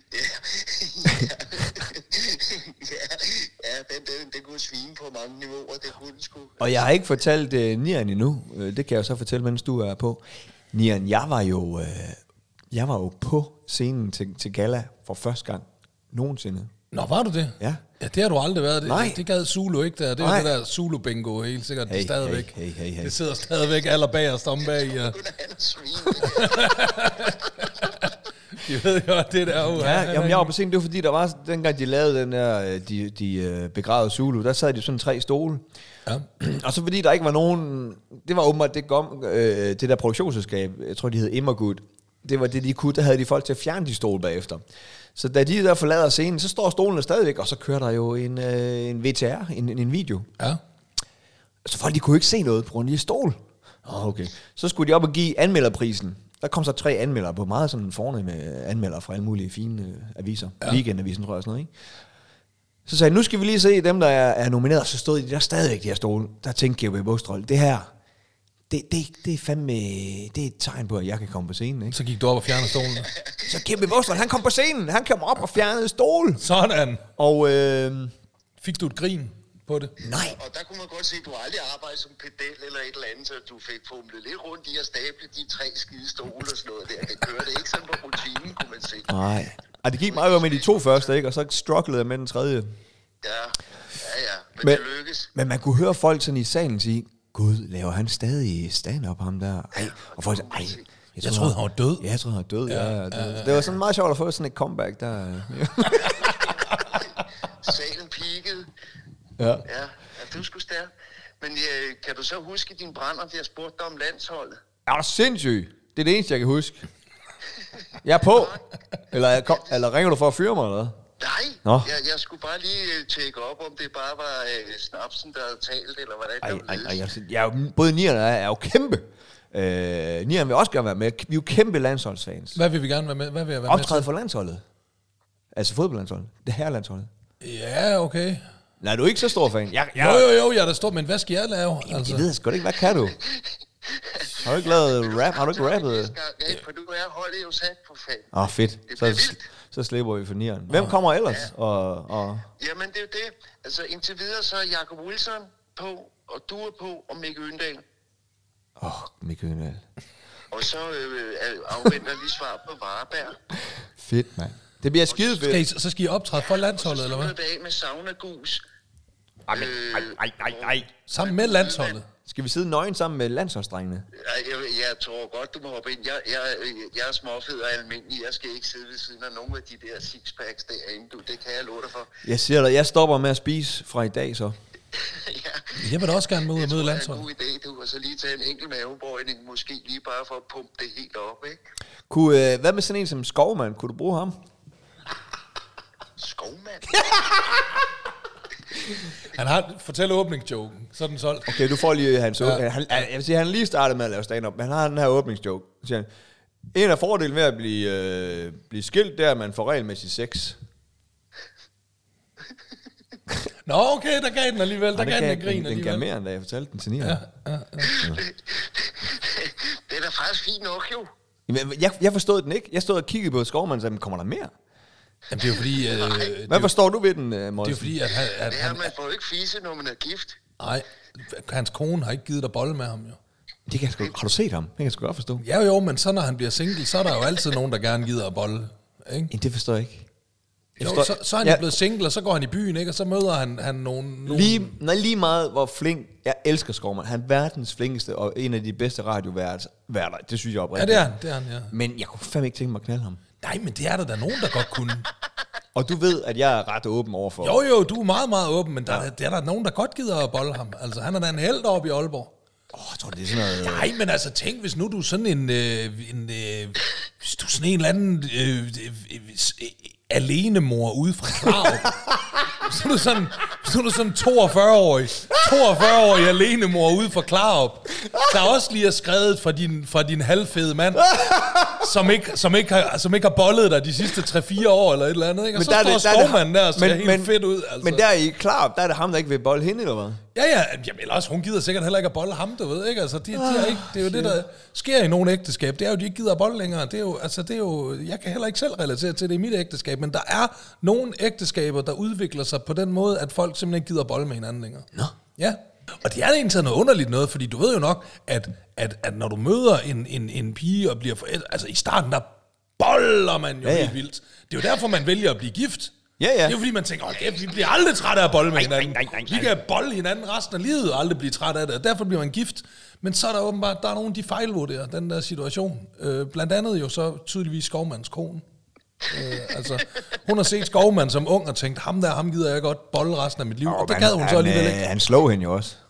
den kunne svine på mange niveauer, det kunne den sgu. Og jeg har ikke fortalt Nieren endnu. Det kan jeg jo så fortælle, mens du er på. Nieren, jeg var jo på scenen til gala for første gang nogensinde. Nå, var du det? Ja. Ja, det har du aldrig været. Nej. Det gad Zulu ikke der. Det er det der Zulu-bingo helt sikkert. Hey, stadigvæk. Hey. Det sidder stadigvæk allerbagerst om bag. Ja. De ved jo, at det der... Jamen, jeg var på scenen, det var fordi, der var, dengang de lavede den der, de begravede Zulu, der sad de sådan 3 stole. Ja. Og så fordi der ikke var nogen... Det var åbenbart det der produktionsselskab, jeg tror, de hed Immergood. Det var det, de kunne. Der havde de folk til at fjerne de stole bagefter. Så da de der forlader scenen, så står stolene stadigvæk, og så kører der jo en VTR, en video. Ja. Så folk, de kunne ikke se noget på grund af de stol. Okay. Så skulle de op og give anmelderprisen. Der kom så 3 anmeldere på meget sådan fornemme anmeldere fra alle mulige fine aviser. Ja. Weekendavisen, tror jeg, sådan noget, ikke? Så sagde jeg, nu skal vi lige se dem, der er nomineret. Så stod de der stadigvæk, de her stole. Der tænkte G.O.B. Bogstrøl, det her, det er fandme, det er et tegn på, at jeg kan komme på scenen, ikke? Så gik du op og fjernede stolen. Så G.O.B. Bogstrøl, han kom på scenen. Han kom op og fjernede stol. Sådan. Og fik du et grin på det? Nej. Og der kunne man godt se, at du aldrig arbejdede som pedel eller et eller andet, så du fik fumlet lidt rundt i at stable de 3 skide stole og sådan noget der. Det kørte ikke sådan på rutinen, kunne man se. Nej. Og det gik meget godt med de 2 første, ikke? Og så strugglede jeg med den 3. Ja. Men det lykkes. Men man kunne høre folk sådan i salen sige, Gud, laver han stadig stand-up ham der? Ej. Og folk sagde, jeg troede, han var død. Ja, jeg troede, han var død. Ja. Det var sådan meget sjovt at få sådan et comeback der. Salen peakede. Ja, du skulle stærkt. Men kan du så huske din brænder, jeg spurgte dig om landsholdet? Er du sindssyg? Det er det eneste, jeg kan huske. Jeg er på. Eller ringer du for at fyre mig, eller Nej, jeg skulle bare lige tjekke op, om det bare var snapsen, der havde talt, eller hvordan. Både Nieren og jeg er jo kæmpe. Nieren vil også gerne være med. Vi er jo kæmpe landsholdsfans. Hvad vil vi gerne være med? Hvad vil jeg være Optræde for landsholdet. Altså fodboldlandsholdet. Det her landsholdet. Ja, okay. Nej, du er ikke så stor fan. Jo, jeg er da stor, men hvad skal jeg lave? Jamen, jeg ved sgu ikke, hvad kan du? Har du ikke lavet rap? Har du ikke rappet? Ja, for du er holdet jo sat på fag. Fedt. Så slipper vi for Nieren. Hvem kommer ellers? Jamen, det er jo det. Altså, indtil videre så er Jakob Wilson på, og du er på, og Mikke Øndal. Mikke Øndal. Og så afventer lige svar på Vareberg. Fedt, mand. Det bliver skide fedt. Så skal I optræde for landsholdet, eller hvad? Og så af med saunagus. Ej. Sammen med landsholdet? Skal vi sidde nøgen sammen med landsholdsdrengene? Jeg tror godt, du må hoppe ind. Jeg er småfed og almindelig. Jeg skal ikke sidde ved siden af nogen af de der sixpacks derinde. Det kan jeg love dig for. Jeg siger dig, jeg stopper med at spise fra i dag, så. Jeg vil da også gerne møde landsholdet. Det er en god idé, du. Og så lige tage en enkelt mavebøjning, måske lige bare for at pumpe det helt op, ikke? Hvad med sådan en som Skovmand? Kunne du bruge ham? Skovmand? Fortæl åbningsjoken, så er den solgt. Okay, du får lige hans jeg vil sige, han lige startet med at lave stand-up, men han har den her åbningsjoke. Så han, en af fordelen ved at blive skilt, det er, at man får regelmæssigt sex. Nå, okay, der gav den alligevel. Der gav den en grin alligevel. Den gav mere, end da jeg fortalte den til Nia. Ja. Det er da faktisk fint nok, jo. Jeg forstod den ikke. Jeg stod og kiggede på Skovmand og sagde, kommer der mere? Jamen, det er jo fordi... Hvad forstår du ved den, Morten? Det er jo fordi, at man får jo ikke fise, når man er gift. Nej, hans kone har ikke givet dig bolle med ham, jo. Det kan har du set ham? Det kan jeg sgu godt forstå. Ja, men så når han bliver single, så er der jo altid nogen, der gerne gider at bolle. Ikke? Det forstår jeg ikke. Så er han jo blevet single, og så går han i byen, ikke? Og så møder han nogen... Lige meget, hvor flink... Jeg elsker Skovmand. Han er verdens flinkeste og en af de bedste radioværter. Det synes jeg oprigtigt. Ja, det er han, ja. Men jeg kunne fandme ikke tænke mig at knalde ham. Nej, men det er der nogen, der godt kunne. Og du ved, at jeg er ret åben overfor... Jo, du er meget, meget åben, men der er der nogen, der godt gider at bolle ham. Altså, han er da en held oppe i Aalborg. Jeg tror, det er sådan noget... Nej, men altså, tænk, hvis nu du er sådan hvis du er sådan en eller anden alenemor ude fra Klarup. Så er du sådan 42-årig alenemor ude fra Klarup, der også lige er skrevet fra din halvfede mand, som ikke har bollet dig de sidste 3-4 år eller et eller andet, ikke? Og så står Skovmanden der og ser helt fedt ud. Altså. Men der i Klarup, der er det ham, der ikke vil bolle hende, eller hvad? Ja, jamen ellers, hun gider sikkert heller ikke at bolle ham, du ved, ikke? Altså, de har ikke, det er jo det, der sker i nogle ægteskab, det er jo, de ikke gider at bolle længere. Det er jo, jeg kan heller ikke selv relatere til det i mit ægteskab, men der er nogle ægteskaber, der udvikler sig på den måde, at folk simpelthen ikke gider at bolle med hinanden længere. Nå. Ja, og det er egentlig noget underligt noget, fordi du ved jo nok, at når du møder en pige og bliver forældre, altså i starten, der boller man jo helt vildt. Det er jo derfor, man vælger at blive gift. Ja. Det er jo fordi, man tænker, vi bliver aldrig trætte af at bolle med hinanden. Vi kan bolle hinanden resten af livet og aldrig blive trætte af det, og derfor bliver man gift. Men så er der åbenbart, der er nogen, de fejlvurderer den der situation. Blandt andet jo så tydeligvis Skovmands kone. Altså, hun har set Skovmand som ung og tænkt, ham gider jeg godt bolle resten af mit liv. Og det gad hun så alligevel ikke. Han slog hende jo også.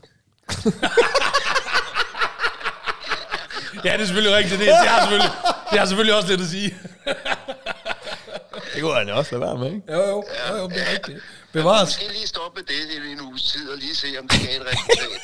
Ja, det er selvfølgelig rigtigt. Det har selvfølgelig også lidt at sige. Det kunne han også lade være med, ikke? Jo, det er rigtigt. Bevares. Måske lige stoppe det i en uges tid, og lige se, om det gav et resultat.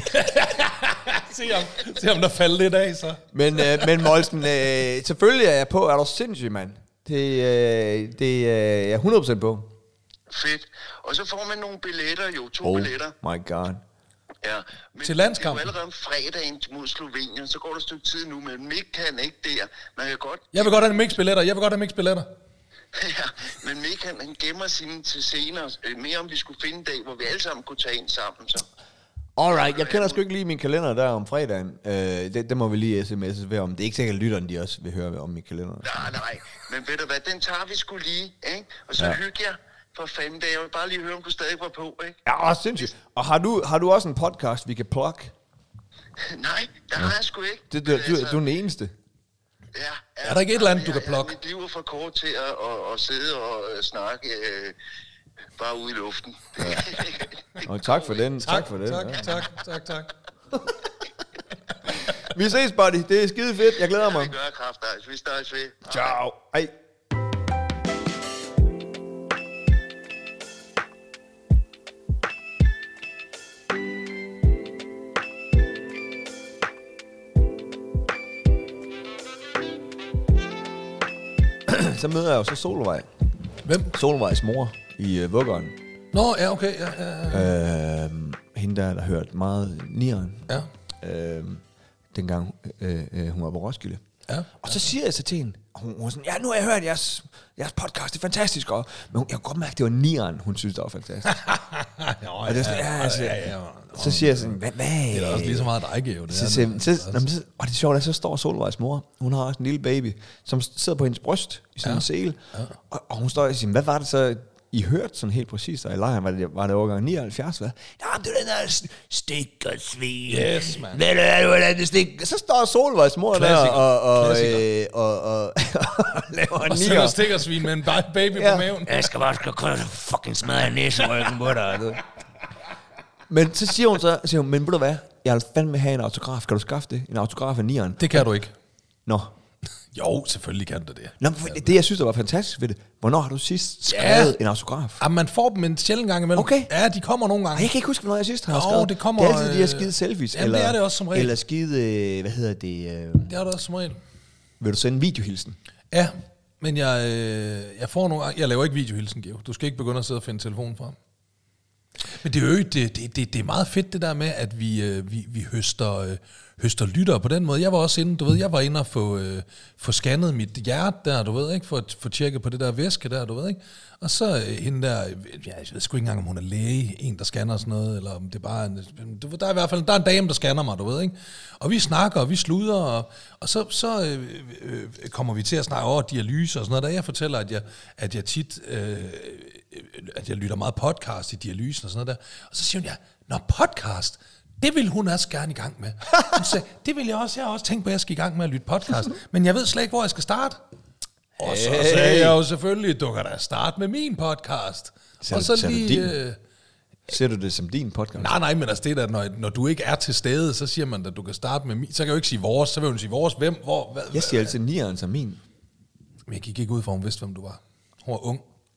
se om der falder lidt af, så. Men Molsen, selvfølgelig er jeg på. Er du sindssyg, mand? Det er jeg 100% på. Fedt. Og så får man nogle billetter, to billetter. Oh my god. Ja, men til landskampen. Det er jo allerede om fredagen mod Slovenien, så går der et stykke tid nu, men Mick kan ikke der. Man kan godt... Jeg vil godt have mix-billetter. Ja, men Mick han gemmer sine til senere. Mere om vi skulle finde en dag, hvor vi alle sammen kunne tage ind sammen, så... Alright, jeg kender sgu ikke lige min kalender der om fredagen. Det må vi lige sms'es ved om. Det er ikke sikkert, at lytterne de også vil høre om min kalender. Nej, men ved du hvad, den tager vi sgu lige, ikke? Og så hygge jer for 5 dage. Jeg vil bare lige høre, om du stadig var på, ikke? Ja, sindssygt. Og har du også en podcast, vi kan plukke? Nej, der har jeg sgu ikke. Du er den eneste. Ja, er der ikke et eller andet, du kan plukke? Mit liv er for kort til at sidde og snakke bare ude i luften. Og tak for den. Tak for den. Tak. Vi ses, buddy. Det er skide fedt. Jeg glæder mig. Vi gør kraft, vi snakkes ved. Ciao. Hej. Så møder jeg jo så Solvej. Hvem? Solvejs mor i vuggeren. Nå, ja, okay. Ja. Hende der hørt meget nieren. Ja. Dengang hun var på Roskilde. Ja. Og så siger jeg så til hende, og hun var sådan, ja, nu har jeg hørt jeres podcast, det er fantastisk. Men jeg kunne godt mærke, at det var nieren, hun synes, det var fantastisk. Og det er sådan, så siger jeg sådan, hvad? Det er også lige så meget dig, Geo. Og det er sjovt, at så står Solvejs mor, hun har også en lille baby, som sidder på hendes bryst i sådan en sele. Ja. Og hun står og siger, hvad var det så, I hørte sådan helt præcis, og i lejren var det overgang 79, hvad? Ja, det er den der stik og svin. Yes, man. Hvordan det stik? Så står Solvejs mor der og laver en nier. Og stik og svin med en baby på maven. Jeg skal bare fucking smadre næseryggen på dig. Men så siger hun, men ved du hvad? Jeg vil fandme have en autograf. Kan du skaffe det? En autograf af nieren? Det kan du ikke. Nå. Jo, selvfølgelig kan du det. Nå, det jeg synes, der var fantastisk ved det. Hvornår har du sidst skrevet en autograf? Ja, man får dem en sjældent gang imellem. Okay. Ja, de kommer nogle gange. Jeg kan ikke huske, hvornår jeg sidst har skrevet. Det kommer... Det er altid de her skide selfies. Jamen, det er det også som regel. Eller skide, hvad hedder det? Det er det også som regel. Vil du sende en videohilsen? Ja, men jeg får nogle... Jeg laver ikke videohilsen, Geo. Du skal ikke begynde at sidde og finde telefonen frem. Men det er jo det er meget fedt det der med, at vi høster lyttere på den måde. Jeg var også inde, jeg var inde og få scannet mit hjerte der, du ved ikke, for at få tjekket på det der væske der, du ved ikke. Og så hende der, jeg ved sgu ikke engang, om hun er læge, en der scanner sådan noget, eller om det er bare der er i hvert fald, der er en dame, der scanner mig, du ved ikke. Og vi snakker, og vi sluder, og så kommer vi til at snakke over dialyse og sådan noget, der jeg fortæller, at jeg tit... at jeg lytter meget podcast i dialysen og sådan noget der. Og så siger hun, nå podcast, det vil hun også gerne i gang med. Hun sagde, det vil jeg har også tænkt på, at jeg skal i gang med at lytte podcast. Men jeg ved slet ikke, hvor jeg skal starte. Og så sagde jeg jo selvfølgelig, du kan da starte med min podcast. Ser du det som din podcast? Nej, men altså det der, når du ikke er til stede, så siger man, at du kan starte med min. Så kan jeg jo ikke sige vores, så vil hun sige vores, hvem, hvor, hvad. Jeg siger altid nieren som min. Men jeg gik ikke ud for, hun vidste, hvem du var. Hun var ung.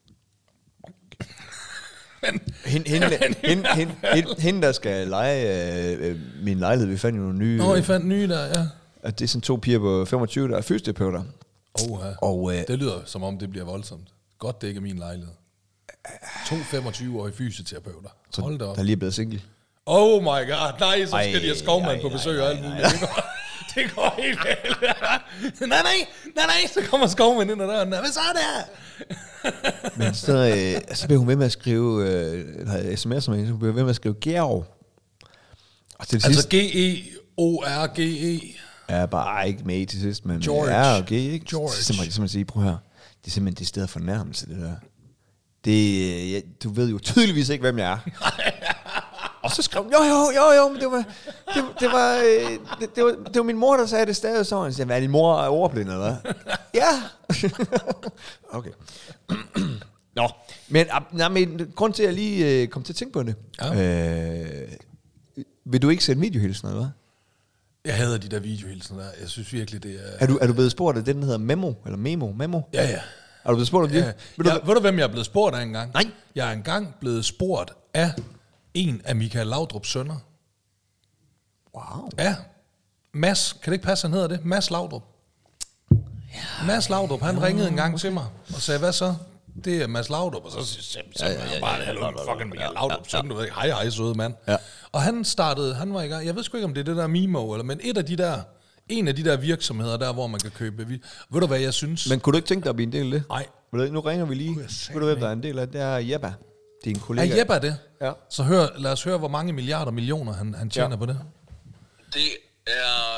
Hende, der skal lege min lejlighed, vi fandt jo nogle nye... I fandt nye der, ja. At det er sådan 2 piger på 25, der er fysioterapeuter. Og det lyder, som om det bliver voldsomt. Godt, det ikke er min lejlighed. 2 25-årige fysioterapeuter. Hold da op. Der er lige blevet single. Oh my god, nej, så skal de have Skovmand på besøg og alt muligt. Det går helt galt. Nej, så kommer Skovmand ind ad døren. Hvad så er det her? Men så bliver hun ved med at skrive sms'er, så bliver hun ved med at skrive Georg. Altså George. Ja, bare ikke med til sidst, men George. R og G, ikke? George. Så simpelthen sige, prøv her. Det er simpelthen det sted af fornærmelse, det der. Du ved jo tydeligvis ikke, hvem jeg er. Og så skrev hun, jo, men det var min mor, der sagde det stadig sådan. Så jeg, hvad, din mor er ordblind, eller hvad? Ja. Okay. Nå, men grund til, at jeg lige kom til at tænke på det. Ja. Vil du ikke sende videohilsener, eller hvad? Jeg hader de der videohilsener der. Jeg synes virkelig, det er... Er du blevet spurgt af det, den hedder Memo? Eller Memo? Ja. Er du blevet spurgt om det? Ja. Ved du, hvem jeg er blevet spurgt af engang? Nej. Jeg er engang blevet spurgt af en af Michael Laudrups sønner. Wow. Ja. Mads, kan det ikke passe, han hedder det? Mads Laudrup. Ja. Mads Laudrup, han ringede en gang til mig og sagde, hvad så? Det er Mads Laudrup, og så siger jeg bare, fucking Michael Laudrup, søn, du ved ikke, hej, søde mand. Ja. Og han var i gang, jeg ved sgu ikke, om det er det der Mimo, eller, men en af de der virksomheder der, hvor man kan købe. Ved du, hvad jeg synes? Men kunne du ikke tænke dig at blive en del af det? Nej. Nu ringer vi lige. Ved du, hvem der er en del af det? Det er Jebba, din kollega. Er Jebba det? Ja. Så lad os høre, hvor mange milliarder millioner han tjener på det. Det er...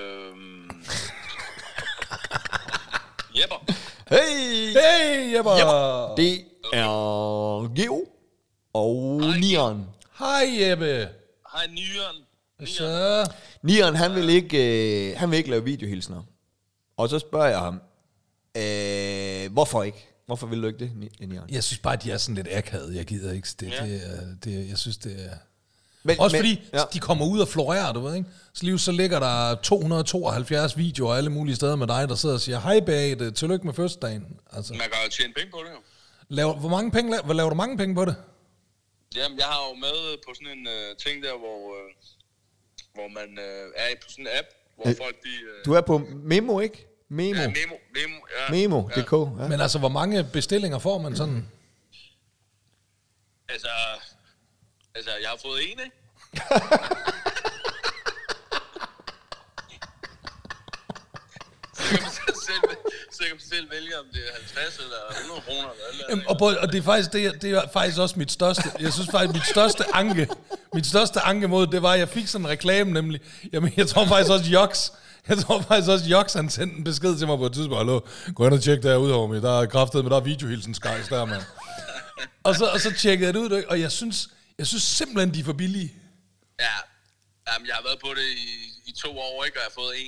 Jebber. Hey Jebba! Det er Geo og Nieren. Hej Jeppe. Hej Nieren. Så... Nieren, han vil ikke lave videohilsener. Og så spørger jeg ham, hvorfor ikke? Hvorfor vil du ikke det, Nieren? Jeg synes bare, de er sådan lidt akavet. Jeg gider ikke. Jeg synes, det er... Også fordi de kommer ud og florerer, du ved, ikke? Så ligger der 272 videoer alle mulige steder med dig, der sidder og siger, hej Beate, tillykke med fødselsdagen. Altså. Man kan jo tjene penge på det jo. Laver du mange penge på det? Jamen, jeg har jo med på sådan en ting der, hvor man er på sådan en app, hvor folk de... Du er på Memo, ikke? Memo. Ja, Memo, ja. Memo.dk. Ja. Men altså, hvor mange bestillinger får man sådan? Altså, jeg har fået en, ikke? Så kan man selv vælge, om det er 50 eller 100 kroner eller og det er faktisk også mit største... Jeg synes faktisk, mit største anke mod det var, at jeg fik sådan en reklame nemlig. Jamen, jeg tror faktisk også Joks, han sendte en besked til mig på et tidspunkt. Hallo, gå ind og tjek derude over mig. Der er kraftet, men der er videohilsenskejs der, mand. og så tjekkede jeg det ud, og jeg synes simpelthen, de er for billige. Ja, jamen, jeg har været på det i 2 år, ikke? Og jeg har fået en.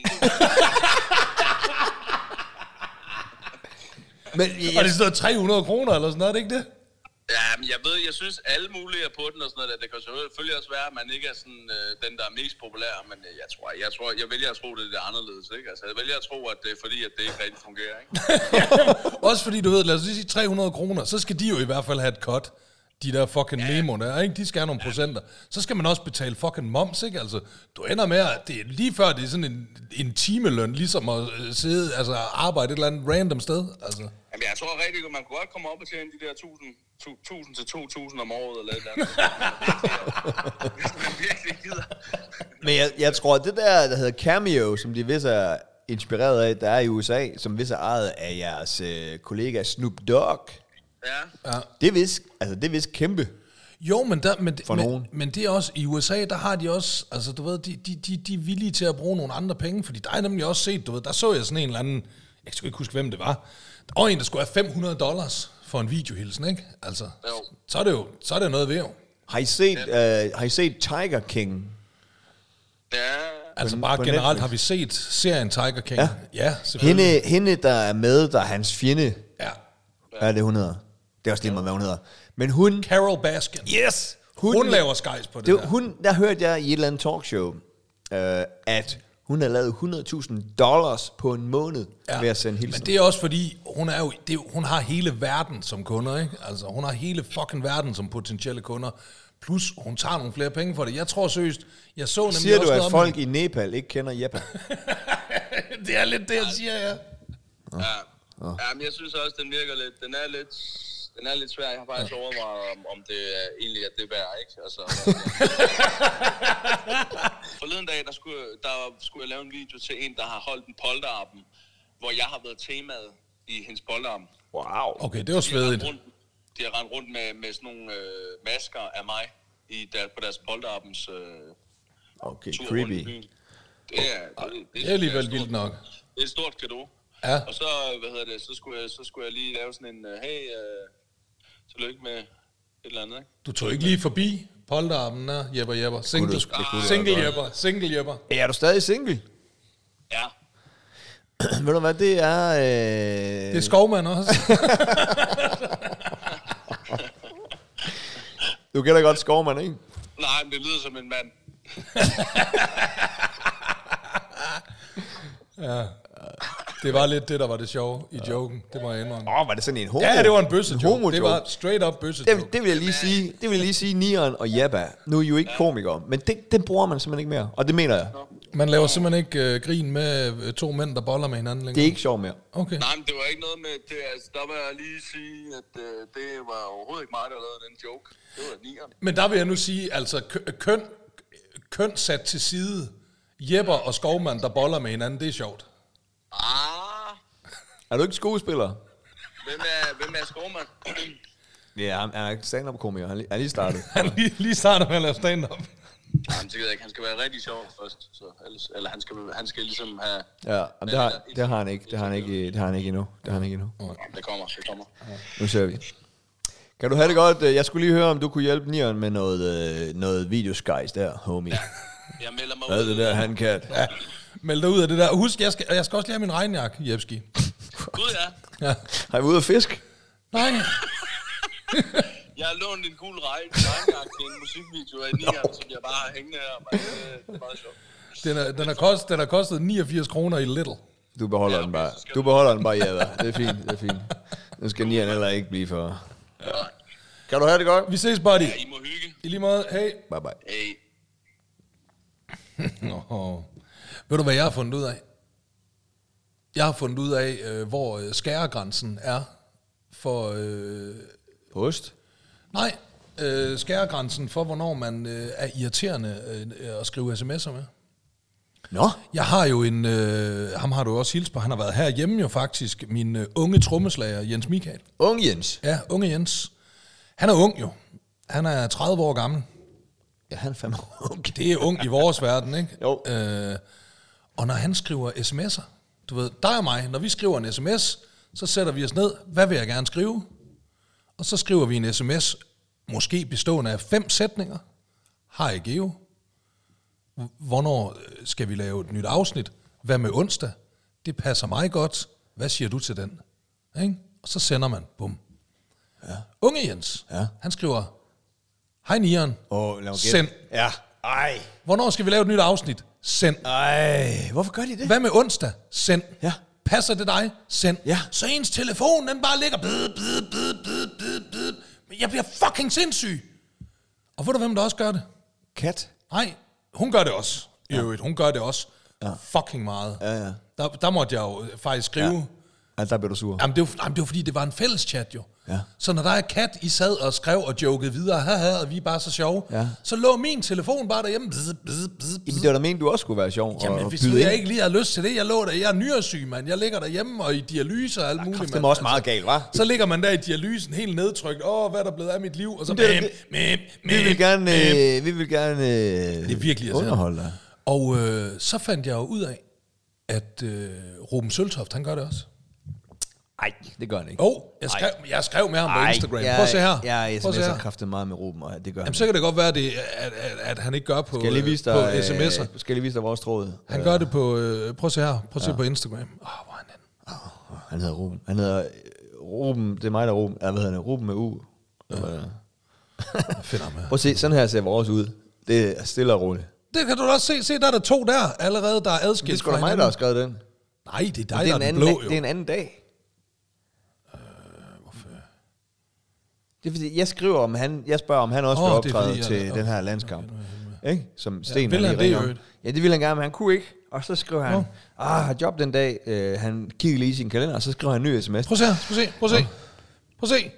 Og det står 300 kroner eller sådan noget, er det ikke det? Ja, men jeg synes alle mulige er på den og sådan noget. Det kan selvfølgelig også være, at man ikke er sådan den, der er mest populær, men jeg vælger at tro, det er det anderledes, ikke? Altså, jeg vælger at tro, at det er fordi, at det ikke rigtig fungerer, ikke? Også fordi, du ved, lad os lige sige 300 kroner, så skal de jo i hvert fald have et cut. De der fucking Memo der, ikke? De skal have nogle procenter. Så skal man også betale fucking moms, ikke? Altså, du ender med, at det er lige før, det er sådan en timeløn, ligesom at sidde, altså arbejde et eller andet random sted, altså. Jamen, jeg tror rigtig, at man kunne godt komme op og tjene de der 1.000 til 2.000 om året, eller et eller andet. Hvis man virkelig gider. Men jeg tror, at det der hedder Cameo, som de vist er inspireret af, der er i USA, som vist er ejet af jeres kollega Snoop Dogg. Ja. Det er vist kæmpe. Jo, men det er også, i USA, der har de også, altså du ved, de er villige til at bruge nogle andre penge, fordi der er nemlig også set, du ved, der så jeg sådan en eller anden, jeg skal ikke huske, hvem det var, der var en, der skulle have $500 for en videohilsen, ikke? Altså, så er det noget ved jo. Har I set Tiger King? Ja. Altså bare generelt Netflix. Har vi set serien Tiger King? Ja, selvfølgelig. Hende, der er med, der er hans fjende. Ja. Hvad er det, hun hedder? Det er også lige meget, hvad hun hedder. Men hun... Carol Baskin. Yes! Hun laver skejs på det der. Der hørte jeg i et eller andet talkshow, at hun har lavet $100,000 på en måned ved at sende hilsen. Men det er også fordi, hun har hele verden som kunder, ikke? Altså, hun har hele fucking verden som potentielle kunder. Plus, hun tager nogle flere penge for det. Jeg tror seriøst, jeg så nemlig siger også du, at folk i Nepal ikke kender Jeppe? Det er lidt det, jeg siger, ja. Ja, men jeg synes også, den virker lidt... Den er lidt svær. Jeg har faktisk overvejet, om det er egentlig er det værd, ikke? Altså, forleden dag, der skulle jeg lave en video til en, der har holdt en polterappen, hvor jeg har været temaet i hendes polterappen. Wow. Okay, det var svedigt. De har rendt rundt med sådan nogle masker af mig på deres polterappens okay, tur creepy. Det er alligevel vildt nok. Det er et stort cadeau. Ja. Og så, så skulle jeg lige lave sådan en, tillykke med et eller andet, ikke? Du tog ikke lige forbi polterappen, der, Jepper. Single Jepper. Er du stadig single? Ja. Ved du hvad, det er... Det er Skovmand også. Du kender godt Skovmand, ikke? Nej, men det lyder som en mand. Ja. Det var lidt det, der var det sjove i joken. Det må jeg indrømme. Var det sådan en homo? Ja, det var en bøsse-joke. homo-joke. Det var straight up bøsse-joke. Det vil jeg lige sige, Nieren og Jabba. Nu er I jo ikke komikere, men den bruger man simpelthen ikke mere. Og det mener jeg. Man laver simpelthen ikke grin med to mænd, der boller med hinanden længere. Det er ikke sjovt mere. Okay. Nej, men det var ikke noget med det. Altså, der vil jeg lige sige, at det var overhovedet ikke mig, der lavede den joke. Det var nieren. Men der vil jeg nu sige, altså køn sat til side. Jepper og Skovmand, der boller med hinanden, det er sjovt. Er du ikke skuespiller? Hvem er Skovmand? Ja, han er ikke stand-up-komiker. Han er lige startet. Han lige starter med at lave stand-up. Jamen, det ved jeg ikke. Han skal være rigtig sjov først. Så ellers, eller han skal ligesom have... Ja, det har han ikke. Det har han ikke endnu. Det Det kommer. Nu ser vi. Kan du have det godt? Jeg skulle lige høre, om du kunne hjælpe Nieren med noget videoskejs der, homie. Jeg melder mig Hvad er ud. det der, handkat? Ja, meld dig ud af det der. Husk, jeg skal også lige have min regnjakke, Jebski. Gud, ja. Ja. Har I været ude at fisk? Nej. Jeg har lånt en cool regnjakke til en musikvideo af nieren, som jeg bare har hængende her. Det er meget sjovt. Den har kostet 89 kroner i Little. Du beholder den bare. Du beholder den bare, Jæder. Det er fint. Nu skal Nieren heller ikke blive for... Ja. Kan du have det godt? Vi ses, buddy. Ja, I må hygge. I lige måde. Hey. Bye bye. Hey. Ved du, hvad jeg har fundet ud af? Jeg har fundet ud af, hvor skæregrænsen er for... Ost? Nej, skæregrænsen for, hvornår man er irriterende at skrive sms'er med. Nå? Jeg har jo ham har du også hilst på, han har været herhjemme jo faktisk, min unge trommeslager Jens Michael. Ung Jens? Ja, unge Jens. Han er ung jo. Han er 30 år gammel. Ja, han er fandme ung. Det er ung i vores verden, ikke? Jo. Og når han skriver sms'er, du ved, dig og mig, når vi skriver en sms, så sætter vi os ned, hvad vil jeg gerne skrive? Og så skriver vi en sms, måske bestående af 5 sætninger. Hej Geo. Hvornår skal vi lave et nyt afsnit? Hvad med onsdag? Det passer mig godt. Hvad siger du til den? Ikke? Og så sender man. Bum. Ja. Unge Jens, han skriver, hej Nieren. Send. Ja. Ej. Hvornår skal vi lave et nyt afsnit? Send. Ej. Hvorfor gør de det? Hvad med onsdag? Send. Ja. Passer det dig? Send. Ja. Så ens telefon, den bare ligger. Men jeg bliver fucking sindssyg. Og ved du, hvem der også gør det? Kat? Nej, hun gør det også. I øvrigt, hun gør det også. Ja. Fucking meget. Ja. Der måtte jeg jo faktisk skrive. Ja. Altså, der blev du sur. Jamen, det var fordi, det var en fælles chat jo. Ja. Så når der er kat, I sad og skrev og jokede videre, haha, og vi er bare så sjove, så lå min telefon bare derhjemme. Jamen, det var da meningen, du også skulle være sjov. Jamen, hvis nu jeg ikke lige har lyst til det, jeg er nyresyg, mand. Jeg ligger derhjemme og i dialyse og alt muligt. Det var også meget galt, hva'? Så ligger man der i dialysen helt nedtrykt. Hvad er der blevet af mit liv? Og så vi vil gerne det er virkelig underholde dig. Og så fandt jeg jo ud af, at Ruben Søltoft, han gør det også. Nej, det gør han ikke. Jeg skrev med ham på Instagram. Prøv at se her. Jeg sms'er kraftigt meget med Ruben, og det gør han. Jamen, så kan det godt være, at han ikke gør på sms'er. Skal jeg lige vise dig vores tråd? Han gør det på... prøv at se her. Prøv at se på Instagram. Hvor er han henne? Han hedder Ruben. Han hedder Ruben. Det er mig, der er Ruben. Hvad hedder han? Ruben med U. Find ham her. Prøv at se. Sådan her ser vores ud. Det er stille og roligt. Det kan du også se. Se, der er der 2 der allerede, der er adskilt. Det er sgu da mig, der har skrevet den. Nej, det er dig, der er den blå, jo. Det er en anden dag. Hvorfor? Det er fordi, jeg spørger, om han også vil optræde til den her landskamp. Ikke? Som Sten vil han det jo? Ja, det ville han gerne, men han kunne ikke. Og så skriver han, har job den dag. Han kigger lige i sin kalender, og så skriver han en ny sms. Prøv at se.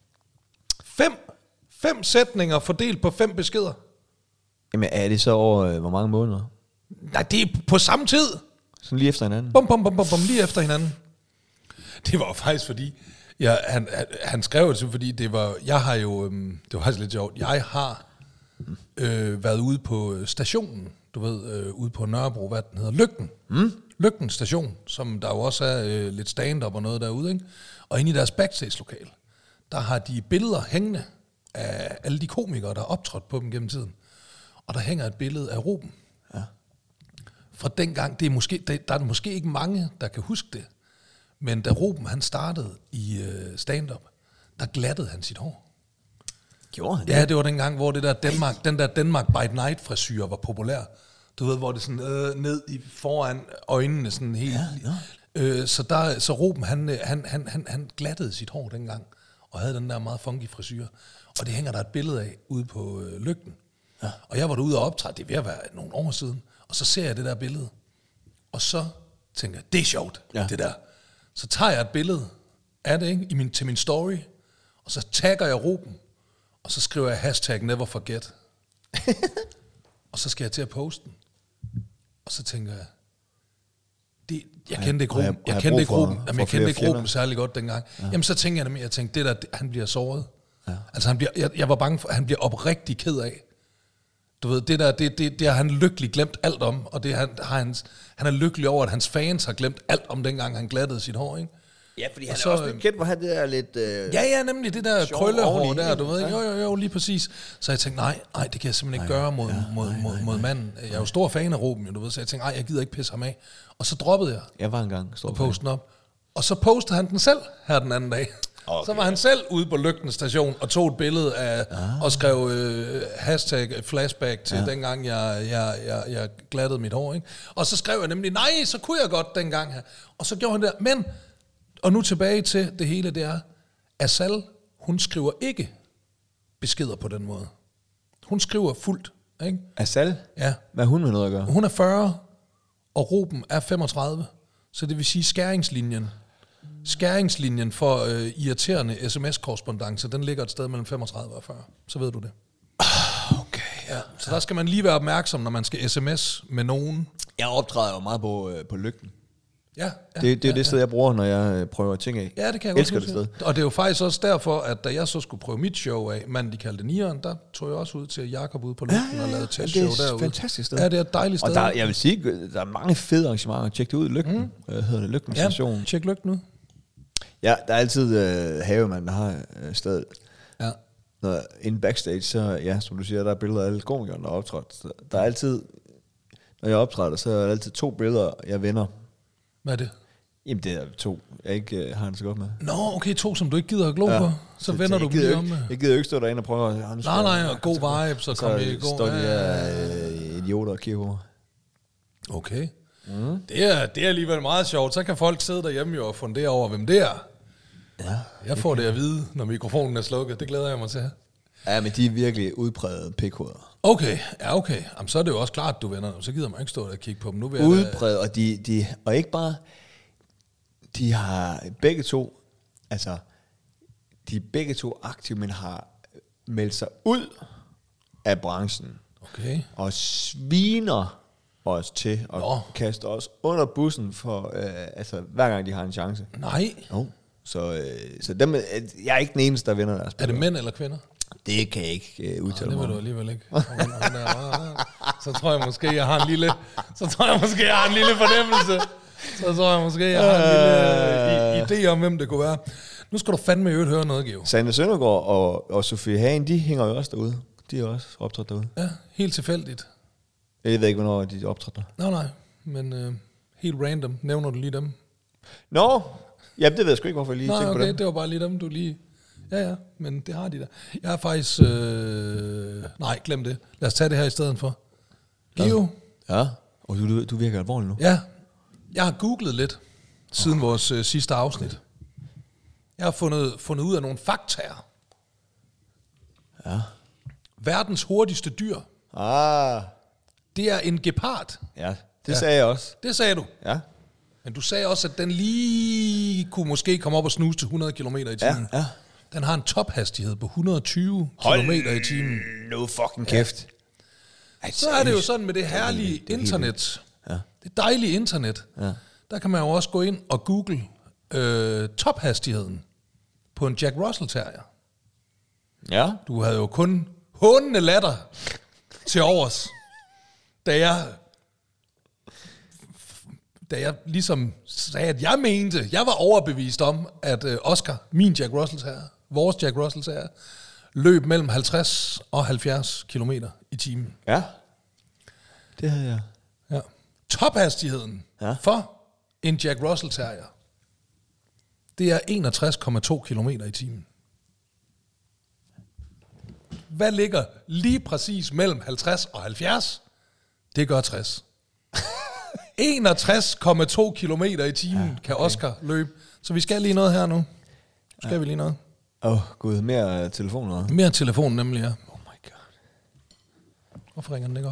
5 sætninger fordelt på 5 beskeder. Jamen, er det så over hvor mange måneder? Nej, det er på samme tid. Sådan lige efter hinanden? Bum, lige efter hinanden. Det var faktisk fordi, han skrev det, fordi det var faktisk lidt sjovt. Jeg har været ude på stationen, du ved, ude på Nørrebro, hvad den hedder, Lygten. Lygten station, som der jo også er lidt stand-up og noget derude, ikke? Og inde i deres backstage-lokale, der har de billeder hængende af alle de komikere, der har optrådt på dem gennem tiden. Og der hænger et billede af Ruben. Ja. fra dengang, der er måske ikke mange, der kan huske det, men da Ruben han startede i stand-up, der glattede han sit hår. Gjorde han det? Ja, det var dengang, hvor den der Denmark by Night frisyr var populær. Du ved, hvor det sådan ned foran øjnene sådan helt. Ja. Så Ruben han glattede sit hår dengang og havde den der meget funky frisyr. Og det hænger der et billede af ude på Lygten. Ja. Og jeg var derude og optræde, det er ved at være nogle år siden. Og så ser jeg det der billede. Og så tænker jeg, det er sjovt, det der. Så tager jeg et billede af det, ikke, til min story. Og så tagger jeg Ruben. Og så skriver jeg #neverforget. Og så skal jeg til at poste den. Og så tænker jeg, jeg kendte ikke Ruben. Jeg kendte ikke Ruben særlig godt dengang. Ja. Jamen så tænker jeg nemlig, det der, han bliver såret. Ja. Altså jeg var bange for, at han bliver oprigtig ked af. Du ved, det har han lykkelig glemt alt om, og han er lykkelig over, at hans fans har glemt alt om dengang, han glattede sit hår, ikke? Ja, fordi han er også lidt kendt, hvor han det er lidt... Ja, nemlig det der krøllehår der, du ved, jo, lige præcis. Så jeg tænkte, nej, det kan jeg simpelthen ikke gøre mod manden. Jeg er jo stor fan af Ruben, du ved, så jeg tænkte, jeg gider ikke pisse ham af. Og så droppede jeg. Jeg var engang stor fan. Posten op. Og så postede han den selv her den anden dag. Okay. Så var han selv ude på Lygten station og tog et billede af og skrev #flashback til dengang jeg glattede mit hår, ikke? Og så skrev jeg nemlig, nej, så kunne jeg godt dengang her. Og så gjorde han det. Men, og nu tilbage til det hele, det er, Asal, hun skriver ikke beskeder på den måde. Hun skriver fuldt, ikke? Asal? Ja. Hvad er hun med noget at gøre? Hun er 40, og Ruben er 35. Så det vil sige skæringslinjen for irriterende sms-korrespondance, den ligger et sted mellem 35 og 40. Så ved du det. Okay. Ja. Så der skal man lige være opmærksom, når man skal sms med nogen. Jeg optræder jo meget på Lygten. Ja, det er det sted, jeg bruger, når jeg prøver ting af. Ja, det kan jeg elsker godt det sted. Og det er jo faktisk også derfor, at da jeg så skulle prøve mit show af, manden de kaldte Nieren, der tog jeg også ud til Jakob ude på Lygten og lavede testshow derude. Det er et fantastisk sted. Ja, det er et dejligt sted. Og jeg vil sige, der er mange fede arrangementer. Tjek det ud, Lygten. Hedder det Lygten Station. Ja, tjek Lygten ud. Ja, der er altid havemand, der har stedet. Ja. Når inde backstage, så ja, som du siger, der er billeder af alle komikerne, der er optrådt. Der er altid, når jeg optræder, så er der altid 2 billeder, jeg vender. Hvad er det? Jamen, det er 2, jeg ikke har det så godt med. Nå, okay, 2, som du ikke gider at glo på. Så vender du dem lige om med. Jeg gider jo ikke stå derinde og prøve at... Nej, og god vibe, så kommer I i går. Så står de her idioter og kigger på mig. Okay. Det er alligevel meget sjovt. Så kan folk sidde derhjemme jo og fundere over, hvem det er. Ja, jeg får det at vide, når mikrofonen er slukket. Det glæder jeg mig til. Ja, men de er virkelig udprægede pikhoveder. Okay, ja okay. Jamen, så er det jo også klart, du vender. Så gider man ikke stå der og kigge på dem. Nu vil udprægede, og og ikke bare... De har begge to, altså, de er begge to aktive, men har meldt sig ud af branchen. Okay. Og sviner os til og kaster os under bussen for, altså, hver gang de har en chance. Nej. Jo. Så dem, jeg er ikke den eneste, der vinder deres spil. Er det mænd eller kvinder? Det kan jeg ikke udtale mig. Det vil du alligevel ikke. Så tror jeg måske, jeg har en lille fornemmelse. Så tror jeg måske, jeg har en lille idé om, hvem det kunne være. Nu skal du fandme i øvrigt høre noget, Geo. Sanne Søndergaard og Sofie Hagen, de hænger jo også derude. De er også optrådt derude. Ja, helt tilfældigt. Jeg ved ikke, hvornår de optrådte. Nej, men helt random. Nævner du lige dem? Nå, ja, det ved jeg sgu ikke, hvorfor jeg lige tænker på dem. Det var bare lige dem, du lige... Ja, men det har de der. Jeg har faktisk... Nej, glem det. Lad os tage det her i stedet for. Geo. Ja, og du virker alvorlig nu. Ja, jeg har googlet lidt siden vores sidste afsnit. Jeg har fundet ud af nogle faktaer. Ja. Verdens hurtigste dyr. Det er en gepard. Ja, det sagde jeg også. Det sagde du. Ja. Men du sagde også, at den lige kunne måske komme op og snuse til 100 km i timen. Ja. Den har en tophastighed på 120 km i timen. No fucking kæft. Så er det jo sådan med det herlige internet. Ja. Det dejlige internet. Ja. Der kan man jo også gå ind og google tophastigheden på en Jack Russell Terrier. Ja. Du havde jo kun hånende latter til overs, da jeg ligesom sagde, at jeg var overbevist om, at Oscar, min Jack Russell Terrier, vores Jack Russell Terrier, løb mellem 50 og 70 kilometer i timen. Ja. Det havde jeg. Ja. Tophastigheden for en Jack Russell Terrier, det er 61,2 km i timen. Hvad ligger lige præcis mellem 50 og 70? Det gør 60. 61,2 km i timen kan Oscar løbe. Så vi skal lige noget her nu. Skal vi lige noget? Gud, mere telefoner. Mere telefon nemlig, ja. Oh my god. Hvorfor ringer den ikke op?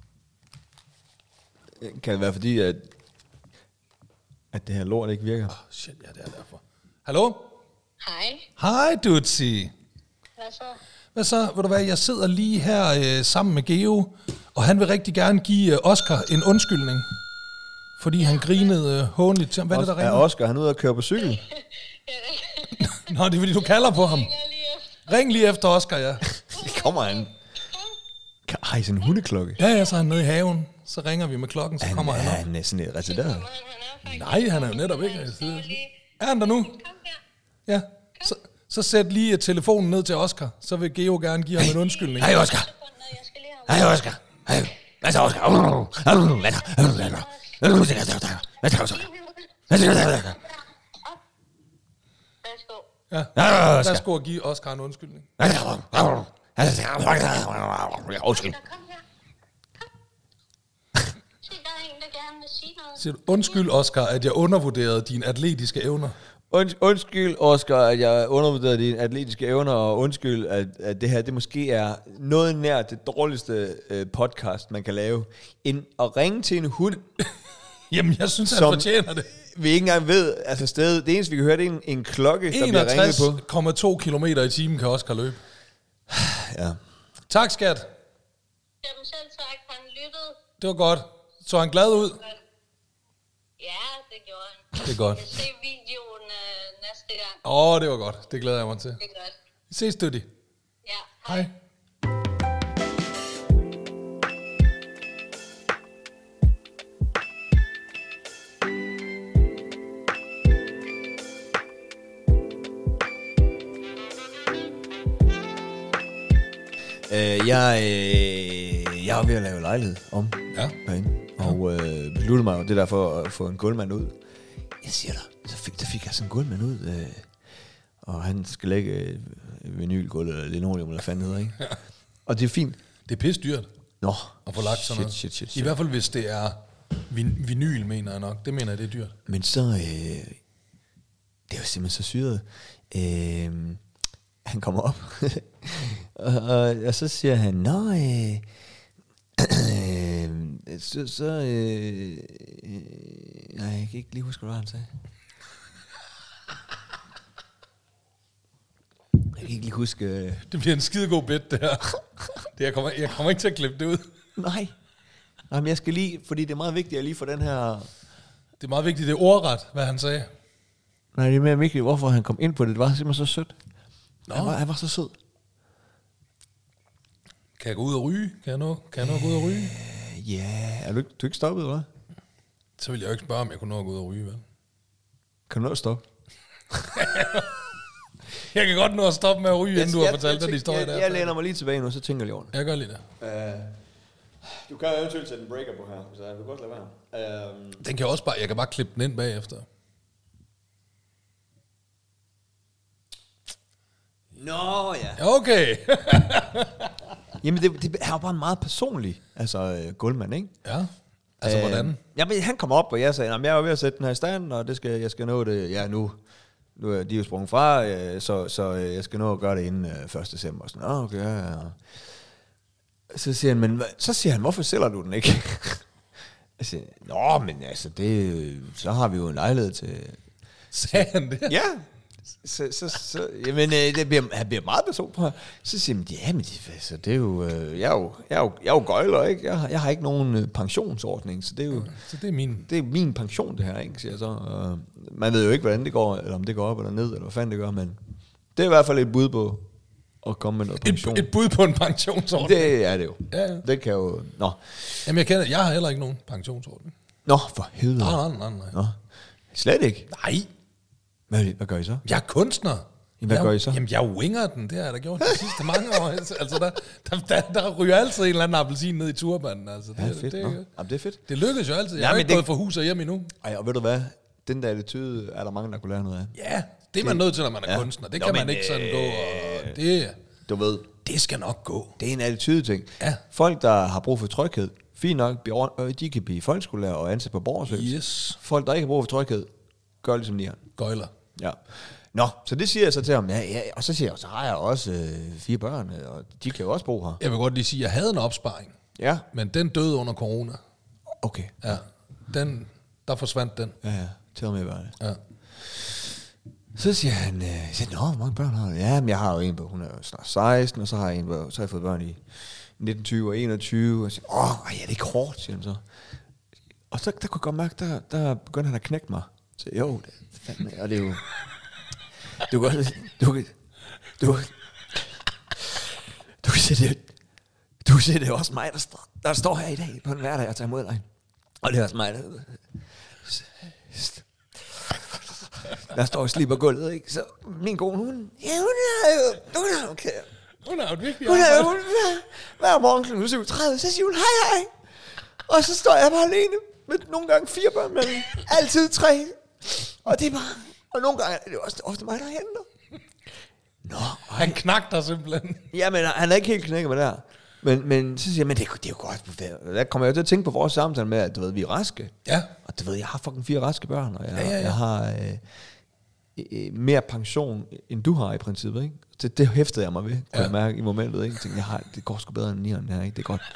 Kan det være fordi, at det her lort ikke virker? Shit, ja, det er derfor. Hallo? Hej. Hej, Dutsi. Hvad så? Ved du hvad, jeg sidder lige her sammen med Geo, og han vil rigtig gerne give Oscar en undskyldning, fordi han grinede hånligt til ham. Hvad er det, der ringer? Er Oscar, han er ude at køre på cykel? Nå, det er fordi, du kalder på ham. Ring lige efter Oscar, ja. Det kommer han. Ej, sådan en hundeklokke. Ja, så er han nede i haven. Så ringer vi med klokken, så kommer han op. Han er sådan lidt retarderet. Nej, han er jo netop ikke. Er han der nu? Ja, så sæt lige telefonen ned til Oscar, så vil Geo gerne give ham en undskyldning. Hej Oscar. Hej Oscar. Hej. Hvad så Oscar? Ja, værsgo at give Oscar en undskyldning. Undskyld. Siger du, undskyld Oscar, at jeg undervurderede dine atletiske evner. Undskyld, Oscar, at jeg undervurderede dine atletiske evner, og undskyld, at det her det måske er noget nær det dårligste podcast, man kan lave, end at ringe til en hund. Jamen, jeg synes, han fortjener det. Vi ikke engang ved, altså stedet, det eneste, vi kan høre, det er en klokke, der bliver ringet på. 61,2 km i timen kan Oscar løbe. Ja. Tak, skat. Jamen selv tak, han lyttede. Det var godt. Så han glad ud? Ja, det gjorde han. Det er godt. Jeg ser videoen næste gang. Det var godt. Det glæder jeg mig til. Det er godt. Vi ses, Døddi. Ja, hej. Jeg er ved at lave lejlighed om herinde, og besluttede mig jo det der for at få en gulvmand ud. Jeg siger dig, så fik jeg sådan en gulvmand ud, og han skal lægge vinylgulv eller linoleum, eller fanden hedder, ikke? Ja. Og det er fint. Det er pisse dyrt. Nå. At få lagt sådan noget. Shit. I hvert fald hvis det er vinyl, mener jeg nok. Det mener jeg, det er dyrt. Men så, det er jo simpelthen så syret. Han kommer op, og så siger han, nej, jeg kan ikke lige huske, hvad han sagde. Jeg kan ikke lige huske... Det bliver en skidegod bit, det her. Jeg kommer ikke til at klippe det ud. Nej, men jeg skal lige, fordi det er meget vigtigt, at jeg lige får den her... Det er meget vigtigt, det er ordret, hvad han sagde. Nej, det er mere vigtigt, hvorfor han kom ind på det. Det var simpelthen så sødt. Han var så sød. Kan jeg gå ud og ryge? Kan jeg nå gå ud og ryge? Ja, er du ikke stoppet, eller hvad? Så vil jeg jo ikke spørge, om jeg kunne nå at gå ud og ryge, vel? Kan du nå at stoppe? Jeg kan godt nå at stoppe med at ryge, inden du har fortalt den historie der. Jeg læner mig lige tilbage nu, så tænker jeg lige over det. Jeg gør lige det. Du kan jo eventuelt sætte en breaker på her, så jeg vil godt lade være. Den kan også bare, jeg kan bare klippe den ind bagefter. Nå, ja. Okay. Jamen, det er jo bare en meget personlig, gulvmand, ikke? Ja. Altså, hvordan? Jamen, han kom op, og jeg sagde, jeg er ved at sætte den her i stand, og jeg skal nå det, ja, nu er de jo sprunget fra, så jeg skal nå at gøre det inden 1. december. Sådan, okay, ja. Så siger han, hvorfor sælger du den ikke? Jeg siger, men altså, så har vi jo en lejlighed til... Sagde han det? Ja. Jamen, han bliver meget person på her. Så siger han, så det er jo, jeg er jo gøjler, ikke? Jeg har ikke nogen pensionsordning, så det er jo... Så det er min pension, det her, ikke? Siger jeg så. Man ved jo ikke, hvordan det går, eller om det går op eller ned, eller hvad fanden det gør, men det er i hvert fald et bud på at komme med noget pension. Et bud på en pensionsordning? Det er det jo. Ja. Det kan jo... Nå. Jamen, jeg har heller ikke nogen pensionsordning. Nå, for helvede. Nej. Nå. Slet ikke? Nej. Hvad gør I så? Jeg er kunstner. Hvad gør I så? Jamen, jeg winger den. Det har jeg da gjort de sidste mange år. Altså, der ryger altid en eller anden appelsin ned i turbanen. Altså, Ja, fedt. Jamen, det er fedt. Det lykkes jo altid. Jeg har ikke gået for hus og hjem endnu. Ej, og ved du hvad? Den der attitude er der mange, der kunne lære noget af. Ja, det er man nødt til, når man er kunstner. Det kan man ikke sådan gå og... Du ved, Det skal nok gå. det er en attitude-ting. Ja. Folk, der har brug for tryghed, fint nok, de kan blive folkeskolelærer og ansat på borgerservice. Yes. Folk, der ikke har brug for tryghed, gør ligesom de her. Gøjler. Ja. Nå, så det siger jeg så til ham. Ja, og så siger jeg, så har jeg også 4 børn, og de kan jo også bo her. Jeg vil godt lige sige, at jeg havde en opsparing. Ja. Men den døde under corona. Okay. Ja. Der forsvandt den. Ja, tæt med børn. Ja. Så siger han, nå, hvor mange børn har du? Ja, men jeg har jo en, hun er jo snart 16, og så har jeg en, så har jeg fået børn i 19, 20 og 21. Og så siger, ja, det er ikke hårdt, siger han så. Og så der kunne jeg godt mærke, der begyndte han at knække mig. Så jo, det fandme, og det er jo... Du kan se, det er også mig, der står her i dag på en hverdag og tager imod dig. Og det er også mig, der står og slipper gulvet, ikke? Så min kone, hun er okay. Hun er jo virkelig hver morgen kl. 7:30, så siger hun hej. Og så står jeg bare alene med nogle gange 4 børn, men altid 3. Og det er bare... Og nogle gange er det også ofte mig, der henter. Nå, han knakter simpelthen. Ja, men han er ikke helt knækket med det her. Men så siger jeg, men det er jo godt. Der kommer jeg jo til at tænke på vores samtale med, at du ved, vi er raske. Ja. Og du ved, jeg har fucking 4 raske børn, og jeg har mere pension, end du har i princippet, ikke? Det hæftede jeg mig ved, kunne jeg mærke i momentet, ikke? Jeg tænkte, det går sgu bedre end 9'eren her, ikke? Det er godt.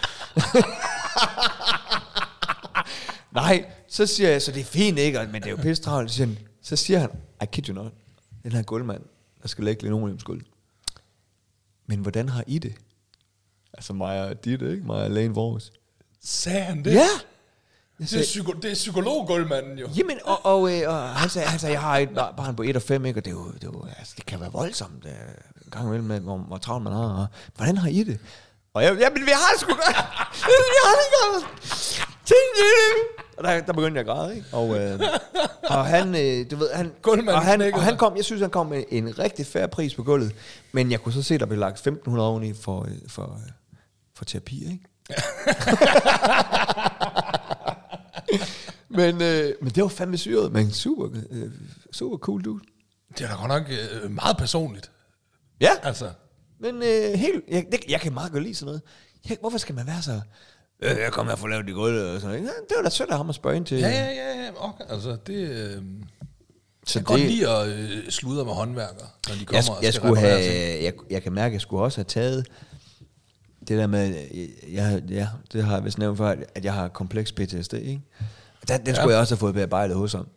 Nej, så siger jeg, så det er fint, ikke? Men det er jo pisse travlt. Så siger han, I kid you not, den her gulvmand, der skal lægge linoleumsgulv. Men hvordan har I det? Altså mig og dit, ikke? Mig og Lane Vores. Sagde han det? Ja! Det er psykolog-gulvmanden jo. Jamen, og han sagde, jeg har et barn på 1 og 5, ikke? Og det er jo altså, det kan være voldsomt en gang imellem med, hvor travlt man har. Og hvordan har I det? Og men vi har det sgu godt. Vi har det godt. Og der begyndte jeg at græde, ikke? Og han, du ved, han kom, jeg synes, han kom med en rigtig fair pris på gulvet. Men jeg kunne så se, der blev lagt 1.500 oveni for terapi, ikke? men det var fandme syret, men super cool dude. Det er da godt nok meget personligt. Ja, altså. Men jeg kan meget godt lide sådan noget. Hvorfor skal man være så... jeg kommer her for at lave de gulv og sådan noget. Det var da sødt af ham at spørge ind til. Ja. Okay, altså, det... Så jeg kan godt lide at sludre med håndværkere, når de kommer og skal reparere ting. Jeg kan mærke, at jeg skulle også have taget det der med... det har jeg vist nævnt før, at jeg har kompleks PTSD, ikke? Den skulle jeg også have fået bearbejdet hos ham.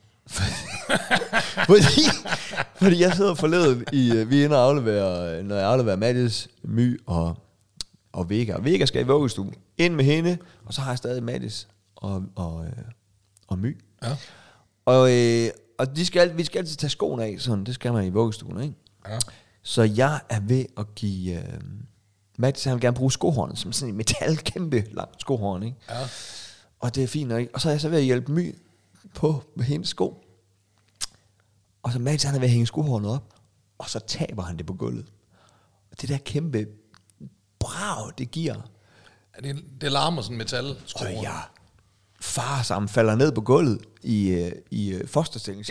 fordi jeg sidder forleden vi er inde og afleverer, når jeg afleverer Mattis, My og Vega. Vega skal i vuggestue. Ind med hende, og så har jeg stadig Mattis og My. Ja. Og vi skal altid tage skoene af, sådan, det skal man i vuggestuen, ikke? Ja. Så jeg er ved at give... Mattis, han vil gerne bruge skohornet, som sådan en metal kæmpe langt skohorn, ikke? Ja. Og det er fint, ikke? Og så er jeg så ved at hjælpe My på hendes sko. Og så Mattis, han er ved at hænge skohornet op, og så taber han det på gulvet. Og det der kæmpe brag, det giver. Det larmer sådan metalskruer. Og jeg far sammen falder ned på gulvet i fosterstilling.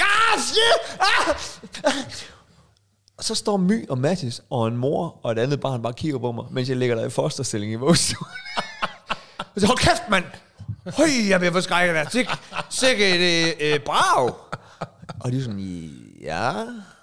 Og så står My og Mattis og en mor og et andet barn bare kigger på mig, mens jeg ligger der i fosterstilling i vuggestuen. Og så hold kæft, mand! Høj, jeg bliver forskrækket der. Sikke et brag. Og de er sådan, ja.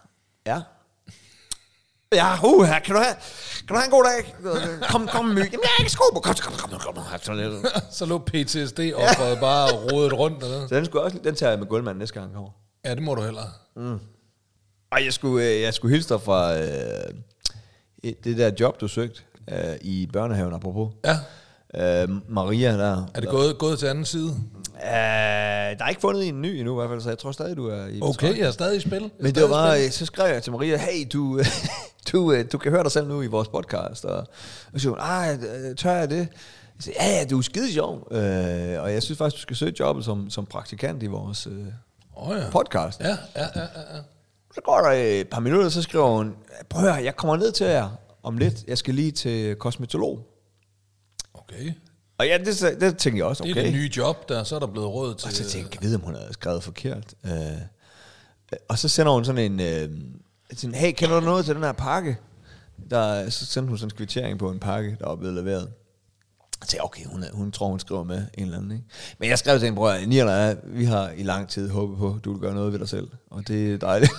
Ja, her, kan du have en god dag? Kom, My. Jamen, jeg er ikke sko på. Kom. Så lå PTSD-offeret bare rodet rundt. Eller? Så den tager jeg med gulvmanden næste gang kommer. Ja, det må du hellere. Og jeg skulle hilse dig fra det der job, du søgte i børnehaven, apropos. Ja. Maria der. Er det gået til anden side? Der er ikke fundet en ny endnu i hvert fald, så jeg tror stadig, du er i okay, jeg er stadig i spil. Men det var bare, så skrev jeg til Maria, hey, du kan høre dig selv nu i vores podcast. Og så siger hun, tør jeg det? Jeg siger, ja, du er skide sjov. Og jeg synes faktisk, du skal søge jobbet som praktikant i vores podcast. Ja. Så går der et par minutter, så skriver hun, prøv at høre, jeg kommer ned til jer om lidt. Jeg skal lige til kosmetolog. Okay. Og ja, det tænker jeg også, okay. Det er det nye job, der så er der blevet råd til. Og så tænker jeg vide, om hun havde skrevet forkert. Og så sender hun sådan en, hey, kender du noget til den her pakke? Så sendte hun sådan en kvittering på en pakke, der var blevet leveret. Jeg tænkte, okay, hun tror, hun skriver med en eller anden, ikke? Men jeg skrev til hende, bror, Nierla, vi har i lang tid håbet på, at du vil gøre noget ved dig selv. Og det er dejligt.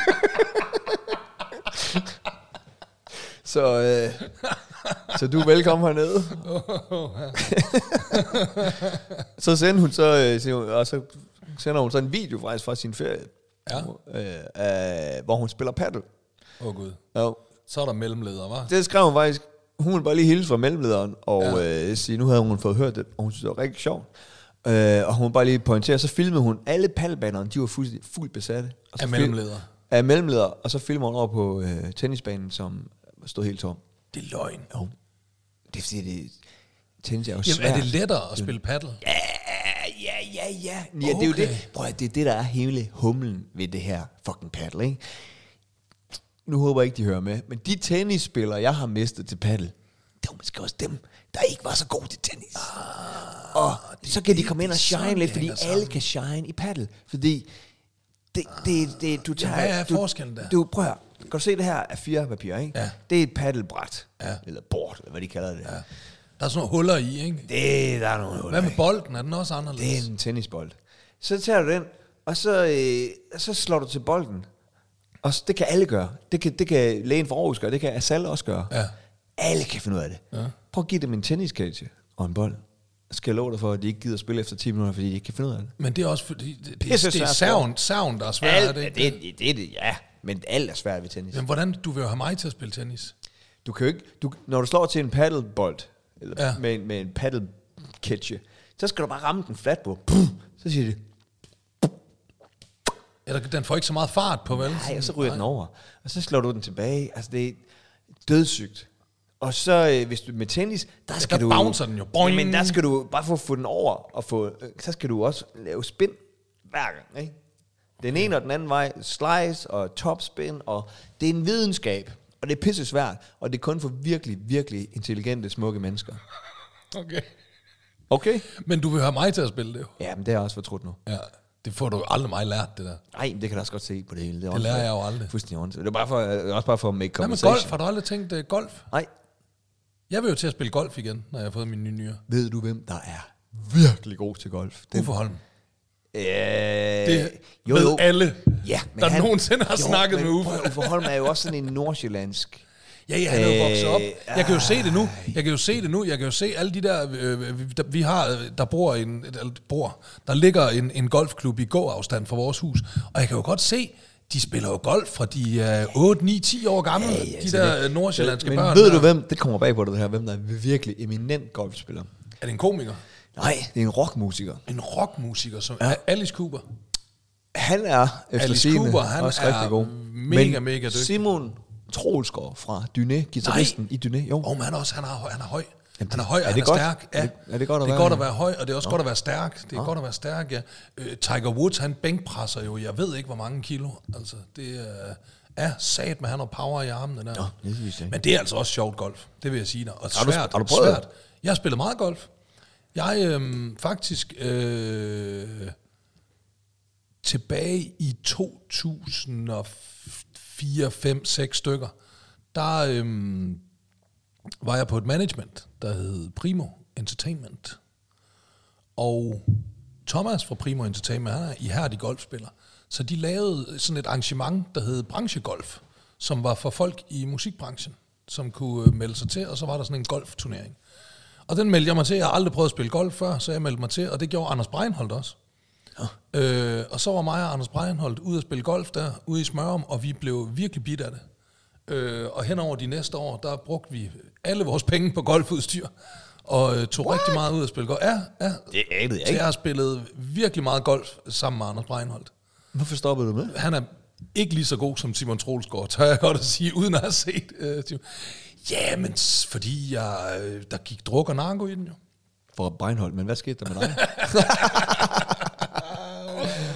Så du er velkommen hernede. Så sender hun så sender hun så en video faktisk fra sin ferie, hvor hun spiller paddle. Gud. Ja. Så er der mellemleder, hva'? Det skrev hun faktisk. Hun ville bare lige hilse fra mellemlederen, og sige, nu havde hun fået hørt det, og hun synes, det var rigtig sjovt. Og hun bare lige pointere, så filmede hun alle paddelbanerne, de var fuldt besatte. Og så af mellemledere, og så filmer hun over på tennisbanen, som stod helt tom. Det er løgn. Jo. Det er fordi, tennis er jo svært. Er det lettere at spille paddle? Ja. Ja, okay. Det er jo det. Prøv at det er det, der er hele humlen ved det her fucking paddle, ikke? Nu håber jeg ikke, de hører med, men de tennisspillere, jeg har mistet til paddle, det var måske også dem, der ikke var så gode til tennis. Og så kan de komme ind og shine lidt, fordi alle kan shine i paddle. Fordi du tager... Hvad er forskellen der? Du prøv at, kan du se det her af 4 papir, ikke? Ja. Det er et paddelbræt. Ja. Eller board, eller hvad de kalder det. Ja. Der er sådan nogle huller i, ikke? Der er nogle huller. Hvad med bolden? Er den også anderledes? Det er en tennisbold. Så tager du den, og så slår du til bolden. Og det kan alle gøre. Det kan lægen for Aarhus gøre, det kan Asal også gøre. Ja. Alle kan finde ud af det. Ja. Prøv at give dem en tenniskage og en bold. Så skal jeg love dig for, at de ikke gider spille efter 10 minutter, fordi de ikke kan finde ud af det. Men det er også fordi, det er sound, der er svært. Det, ja. Men alt er svært ved tennis. Men hvordan, du vil jo have mig til at spille tennis? Du kan jo ikke, når du slår til en paddlebold, eller med en paddleketche, så skal du bare ramme den flat på. Så siger det. Den får ikke så meget fart på, vel? Nej, og så ryger den over. Og så slår du den tilbage. Altså, det er dødssygt. Og så, hvis du med tennis, der skal du... bouncer den jo. Boing. Men der skal du, bare for at få den over, så skal du også lave spin hver gang, ikke? Den ene og den anden vej, slice og topspin, og det er en videnskab. Og det er pisse svært, og det er kun for virkelig, virkelig intelligente, smukke mennesker. Okay? Men du vil have mig til at spille det jo. Ja, men det er også fortrudt nu. Ja. Det får du aldrig mig lært, det der. Nej, det kan du også godt se på det hele. Det lærer jeg jo aldrig. Fuldstændig åndssvagt. Det er også bare for at make conversation. Hvad med golf? Har du aldrig tænkt golf? Nej. Jeg vil jo til at spille golf igen, når jeg har fået min nye nyere. Ved du, hvem der er virkelig god til golf? Uffe Holm. Det jo. Alle, der nogensinde har snakket med Uffe. Uffe Holm er jo også sådan en nordsjællandsk... Ja, han er jo vokset op. Jeg kan jo se det nu. Jeg kan jo se alle de der, vi har, der ligger en golfklub i gåafstand fra vores hus. Og jeg kan jo godt se, de spiller jo golf fra de 8, 9, 10 år gamle, de der nordsjællandske børn. Men ved du hvem, det kommer bag på det her, hvem der er virkelig eminent golfspiller? Er det en komiker? Nej, det er en rockmusiker. En rockmusiker, som Alice Cooper. Han er efter sigende også rigtig god. Mega dygtig. Simon Troelsgaard fra Dyné, guitaristen i Dyné. Jo. Men han er høj. Han er høj, og han er godt? stærk. Ja. Er det godt at det er være? godt at være høj, og det er også godt at være stærk. Det er godt at være stærk, ja. Tiger Woods, han bænkpresser jo, jeg ved ikke, hvor mange kilo. Altså, det er sat med, han har power i armene der. Ja, det men det er altså også sjovt golf, det vil jeg sige dig. Og har du prøvet svært. Jeg har spillet meget golf. Jeg faktisk tilbage i 2004, 5, 6 stykker, der var jeg på et management, der hed Primo Entertainment. Og Thomas fra Primo Entertainment, han er ihærdig golfspiller. Så de lavede sådan et arrangement, der hed branchegolf, som var for folk i musikbranchen, som kunne melde sig til, og så var der sådan en golfturnering. Og den meldte jeg mig til. Jeg har aldrig prøvet at spille golf før, så jeg meldte mig til, og det gjorde Anders Breinholt også. Ja. Og så var mig og Anders Breinholt ude at spille golf der, ude i Smørum, og vi blev virkelig bidt af det. Og hen over de næste år, der brugte vi alle vores penge på golfudstyr, og tog rigtig meget ud at spille golf. Ja. Det anede jeg ikke. Så jeg har spillet virkelig meget golf sammen med Anders Breinholt. Hvorfor stoppede du med? Han er ikke lige så god som Simon Troelsgaard, tør jeg godt at sige, uden at have set. Ja, men fordi der gik druk og narko i den jo. For Breinholt, men hvad skete der med dig?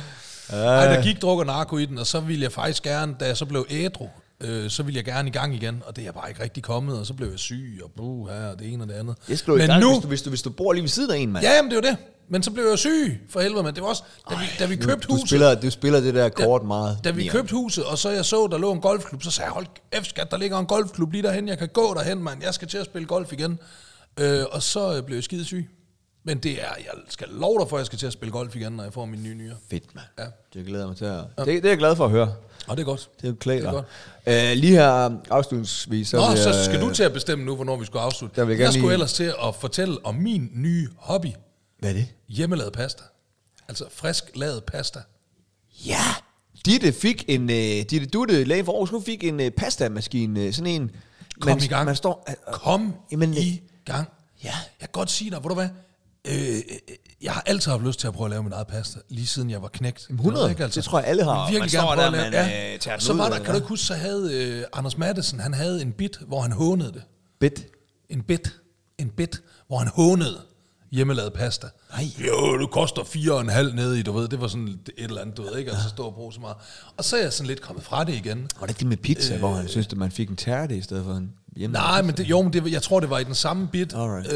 Ej, der gik druk og narko i den, og så ville jeg faktisk gerne, da jeg så blev ædru, så ville jeg gerne i gang igen, og det er jeg bare ikke rigtig kommet, og så blev jeg syg, og her, og det ene og det andet. Jeg slog i gang, nu, hvis du bor lige ved siden af en, mand. Ja, men det er jo det. Men så blev jeg syg, for helvede, men det var også, da vi købte huset. Du spiller det der kort meget. Da vi købte huset, og så jeg så, der lå en golfklub, så sagde jeg, hold kæft, skat, der ligger en golfklub lige derhen, jeg kan gå derhen, mand, jeg skal til at spille golf igen. Og så blev jeg skidesyg. Men jeg skal love dig for, at jeg skal til at spille golf igen, når jeg får min nye nyere. Fedt, mand. Ja. Det glæder mig til at det er jeg glad for at høre. Og det er godt. Det er klæder. Lige her afslutningsvis. Så skal du til at bestemme nu, hvornår vi skal afslutte. Jeg skulle ellers til at fortælle om min nye hobby. Hvad er det? Hjemmelavet pasta. Altså frisk lavet pasta. Ja. Ditte fik en... Ditte Dutte, lægen for Aarhus, hun fik en pastamaskine. Sådan en... Kom i gang. Man står, Kom i gang. Ja. Jeg kan godt sige dig, hvor du hvad? Jeg har altid haft lyst til at prøve at lave min eget pasta, lige siden jeg var knægt. 100, ikke, altså. Det tror jeg alle har. Virkelig gerne prøve at lave. Ja. Så var der, kan du ikke huske, så havde Anders Mattesen, han havde en bit, hvor han hånede det. En bit, hvor han hånede hjemmelavet pasta. Nej. Jo, det koster 4,5 nede i, du ved, det var sådan et eller andet, du ved, ikke, altså stå og bruge så meget. Og så er jeg sådan lidt kommet fra det igen. Og det med pizza, hvor han synes, at man fik en tærte i stedet for en nej, men jeg tror, det var i den samme bit,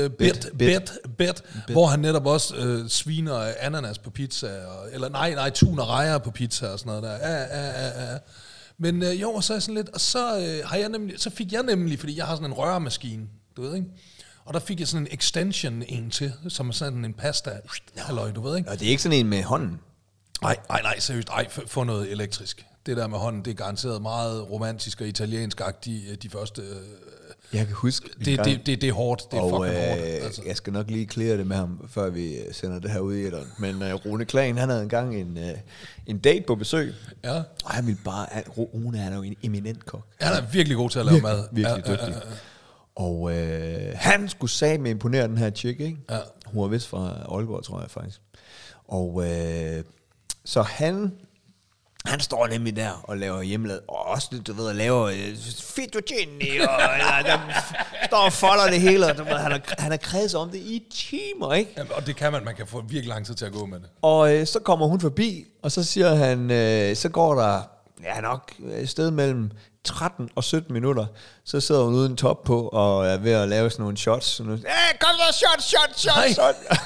hvor han netop også sviner ananas på pizza, eller tun og rejer på pizza og sådan noget der. Men og så er jeg sådan lidt, og så fik jeg nemlig, fordi jeg har sådan en røremaskine, du ved, ikke? Og der fik jeg sådan en extension en til, som er sådan en pasta, halløj, du ved, ikke? Og det er ikke sådan en med hånden? Nej, seriøst, få noget elektrisk. Det der med hånden, det er garanteret meget romantisk og italiensk-agtigt, de første... Jeg kan huske... Det er hårdt, det er fucking hårdt. Altså. Jeg skal nok lige cleare det med ham, før vi sender det her ud i etteren. Men Rune Klagen, han havde engang en date på besøg. Ja. Og han ville bare... Rune er jo en eminent kok. Han er virkelig god til at lave mad. Virkelig dygtig. Og han skulle sige med imponere den her chick, ikke? Ja. Hun var vist fra Aalborg, tror jeg faktisk. Og så han står nemlig der og laver hjemmelavet, og også, du ved, laver fettuccine, og står og folder det hele, og du ved, han har kredset om det i timer, ikke? Jamen, og det kan man kan få virkelig lang tid til at gå med det. Og så kommer hun forbi, og så siger han, så går der, nok et sted mellem 13 og 17 minutter, så sidder hun uden top på, og er ved at lave sådan nogle shots. Kom så, shots!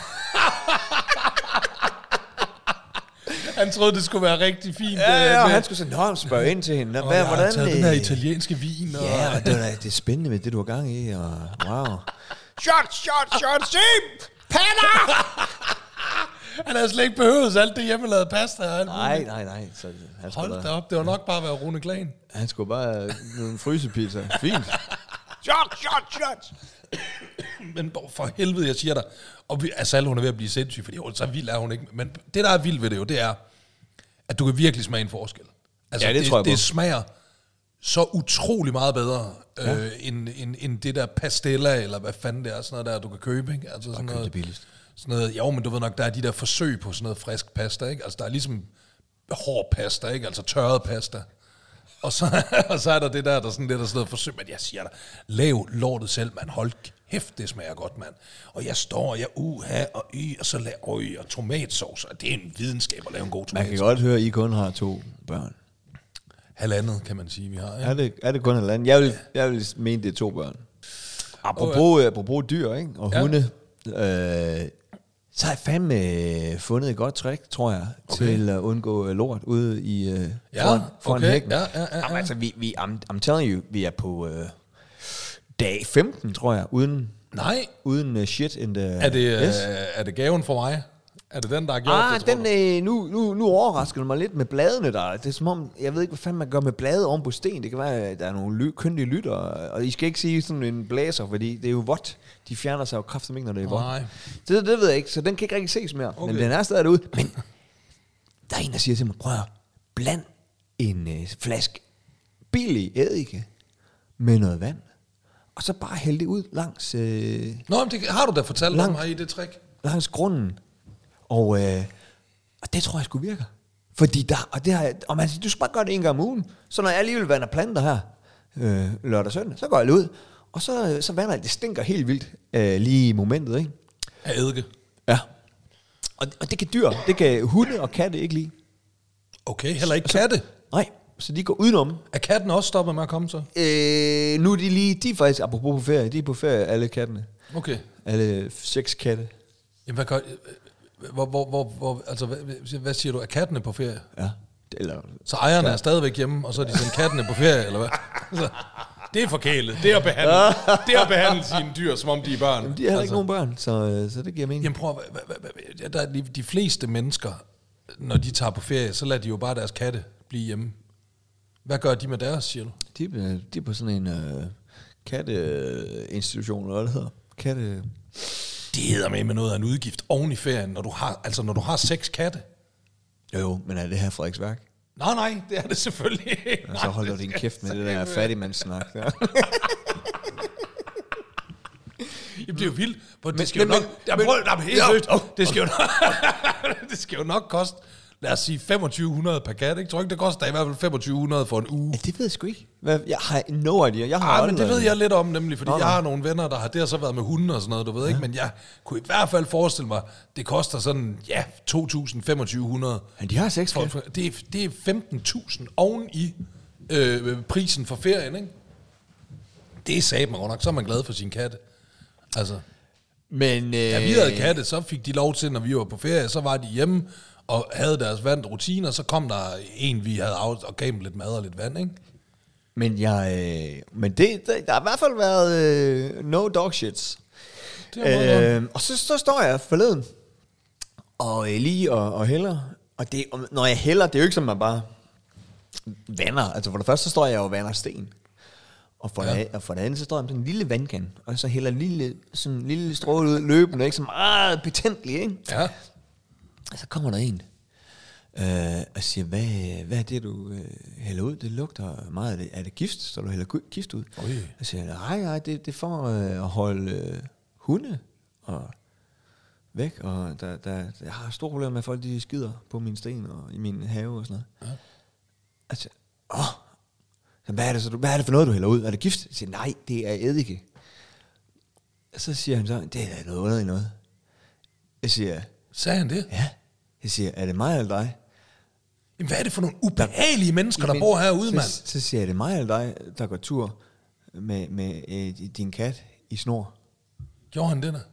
Han troede, det skulle være rigtig fint. Ja, og han skulle sådan, spørge ind til hende. Hvordan har taget den her italienske vin? Ja, og det er spændende med det, du har gang i, og wow. Shots! Patter! Han havde slet ikke behøvet alt det hjemmelavede pasta. Nej. Så hold da op, det var nok bare at være Rune Klagen. Han skulle bare en frysepizza. Fint. Shots! Men for helvede, jeg siger dig, og alle hun er ved at blive sindssyg, fordi så vild er hun ikke. Men det, der er vildt ved det jo, det er, at du kan virkelig smage en forskel. Altså, ja, det tror jeg på. Det smager så utrolig meget bedre, end det der pastella, eller hvad fanden det er, sådan noget der, du kan købe, ikke? Altså sådan noget, det billigst. Sådan noget, jo, men du ved nok, der er de der forsøg på sådan noget frisk pasta, ikke? Altså, der er ligesom hård pasta, ikke? Altså tørret pasta. Og så er der det der sådan lidt af sådan noget forsøg, men jeg siger dig, lav lortet selv, man. Hold kæft, det smager godt, mand. Og jeg står, og så og tomatsauce, og det er en videnskab at lave en god tomatsauce. Man kan godt høre, at I kun har 2 børn. Halvandet, kan man sige, vi har. Ja? Er det kun halvandet? Jeg vil mene, det er 2 børn. Apropos dyr, ikke? Og hunde. Så har jeg fandme fundet et godt trick, tror jeg, til at undgå lort ude i foran hækken. Ja. Jamen, altså, I'm telling you, vi er på dag 15, tror jeg, uden shit in the... Er det gaven for mig? Er det den, der har gjort det, nu overrasker det mig lidt med bladene der. Det er som om, jeg ved ikke, hvad fanden man gør med blade oven på sten. Det kan være, at der er nogle kyndige lytter, og I skal ikke sige sådan en blæser, fordi det er jo vådt. De fjerner sig jo kraftigt ikke, når det er vådt. Det ved jeg ikke, så den kan ikke rigtig ses mere. Okay. Men den er stadig derude. Men der er en, der siger til mig, prøv at bland en flaske billig eddike med noget vand, og så bare hælde det ud langs... men det har du da fortalt om her i det trick. Langs grunden. Og det tror jeg sgu virker. Fordi du skal bare gøre det en gang om ugen. Så når jeg alligevel vander planter her lørdag og søndag, så går jeg ud. Og så vander jeg, det stinker helt vildt lige i momentet, ikke? Af eddike. Ja. Og det kan dyr, det kan hunde og katte ikke lide. Okay, heller ikke katte? Nej, så de går udenom. Er katten også stoppet med at komme så? Nu er de er faktisk, apropos på ferie, de er på ferie, alle kattene. Okay. Alle 6 katte. Jamen, hvad gør... Altså, hvad siger du? Er kattene på ferie? Ja. Eller, så ejerne er stadigvæk hjemme, og så er de sendt kattene på ferie, eller hvad? Så, det er forkælet. Det er at behandle sine dyr, som om de er børn. Jamen, de har ikke nogen børn, så det giver mening. Jamen prøv de fleste mennesker, når de tager på ferie, så lader de jo bare deres katte blive hjemme. Hvad gør de med deres, siger du? De er på sådan en katteinstitution, eller hvad det hedder. Katte... Det hedder med noget af en udgift oven i ferien, når du har 6 katte. Jo, men er det her Frederiksværk? Nej, det er det selvfølgelig ikke. Så hold da din kæft med det der fattigmandssnak. Ja. Jamen, det er jo vildt. Det skal jo nok... Det skal jo nok koste, lad os sige, 2500 per kat. Jeg tror ikke, det koster i hvert fald 2500 for en uge. Ja, det ved jeg sgu ikke. Jeg har no idea. Men det ved jeg lidt om, nemlig, fordi jeg har nogle venner, der har det så været med hunde og sådan noget, du ved ikke, men jeg kunne i hvert fald forestille mig, det koster sådan, 2.000-2.500. Men de har 6 kat. Det er 15.000 oven i prisen for ferien, ikke? Det er satme godt nok, så er man glad for sin katte. Altså, men da vi havde katte, så fik de lov til, når vi var på ferie, så var de hjemme og havde deres vand rutiner, så kom der en, vi havde og gav dem lidt mad og lidt vand, ikke? Men der har i hvert fald været no dog shits. Og så står jeg forleden og lige og hælder. Og når jeg hælder, det er jo ikke som man bare vander. Altså for det første, så står jeg og vander sten. Og for det andet, så står jeg med sådan en lille vandkan. Og så hælder en lille stråle ud løbende, ikke? Så meget betænkelig, ikke? Ja. Og så kommer der en og siger, hvad er det, du hælder ud? Det lugter meget. Er det gift? Så du hælder gift ud? Oi. Og siger, nej, det er for at holde hunde og væk. Og jeg har store problemer med, at folk de skider på mine sten og i min have og sådan noget. Ja. Altså, hvad er det for noget, du hælder ud? Er det gift? Jeg siger, nej, det er eddike. Og så siger han så, det er noget underligt noget. Jeg siger, sagde han det? Ja. Jeg siger, er det mig eller dig? Jamen, hvad er det for nogle ubehagelige mennesker, der bor herude, mand? Så siger jeg, er det mig eller dig, der går tur med din kat i snor? Gjorde han det der?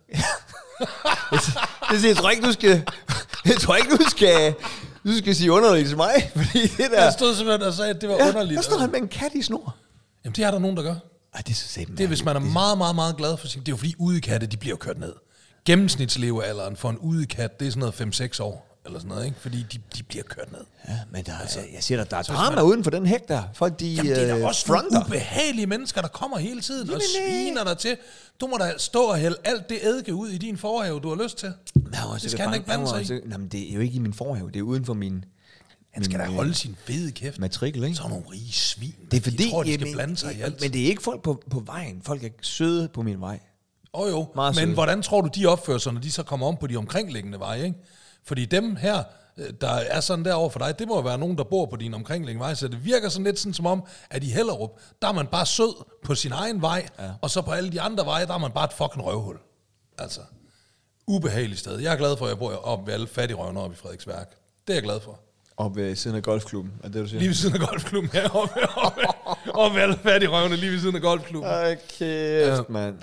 Jeg siger, jeg tror ikke, du skal sige underligt til mig, fordi det der... Jeg stod simpelthen og sagde, at det var underligt. Der står han med en kat i snor. Jamen, det er der nogen, der gør. Ej, det er så sæben. Det er, hvis man er meget, meget, meget glad for sin... Det er jo fordi udekatte, de bliver jo kørt ned. Gennemsnitslevealderen for en udekat, det er sådan noget 5-6 år. Eller sådan noget, ikke? Fordi de bliver kørt ned. Ja, men jeg siger dig, der er drama uden for den hæk der. Folk, jamen, det er da også nogle ubehagelige mennesker, der kommer hele tiden og sviner dig til. Du må da stå og hælde alt det eddike ud i din forhave, du har lyst til. Det skal han ikke blande sig i. Nej, men det er jo ikke i min forhave, det er uden for min... Han skal da holde sin fede kæft. Matrikel, ikke? Så er nogle rige svin. Det er fordi, de tror, de skal blande sig i alt. Men det er ikke folk på vejen. Folk er søde på min vej. Jo, men hvordan tror du, de opfører sig, når de så kommer om på de omkringliggende veje, ikke? Fordi dem her, der er sådan derovre for dig, det må jo være nogen, der bor på din omkringliggende vej, så det virker sådan lidt sådan som om, at i Hellerup, der er man bare sød på sin egen vej, og så på alle de andre veje, der er man bare et fucking røvhul. Altså, ubehageligt sted. Jeg er glad for, at jeg bor oppe ved alle fattigrøvene oppe i Frederiksværk. Det er jeg glad for. Oppe ved siden af golfklubben, er det, du siger? Lige ved siden af golfklubben, ja. Oppe ved alle fattigrøvene, lige ved siden af golfklubben. Kæft, mand.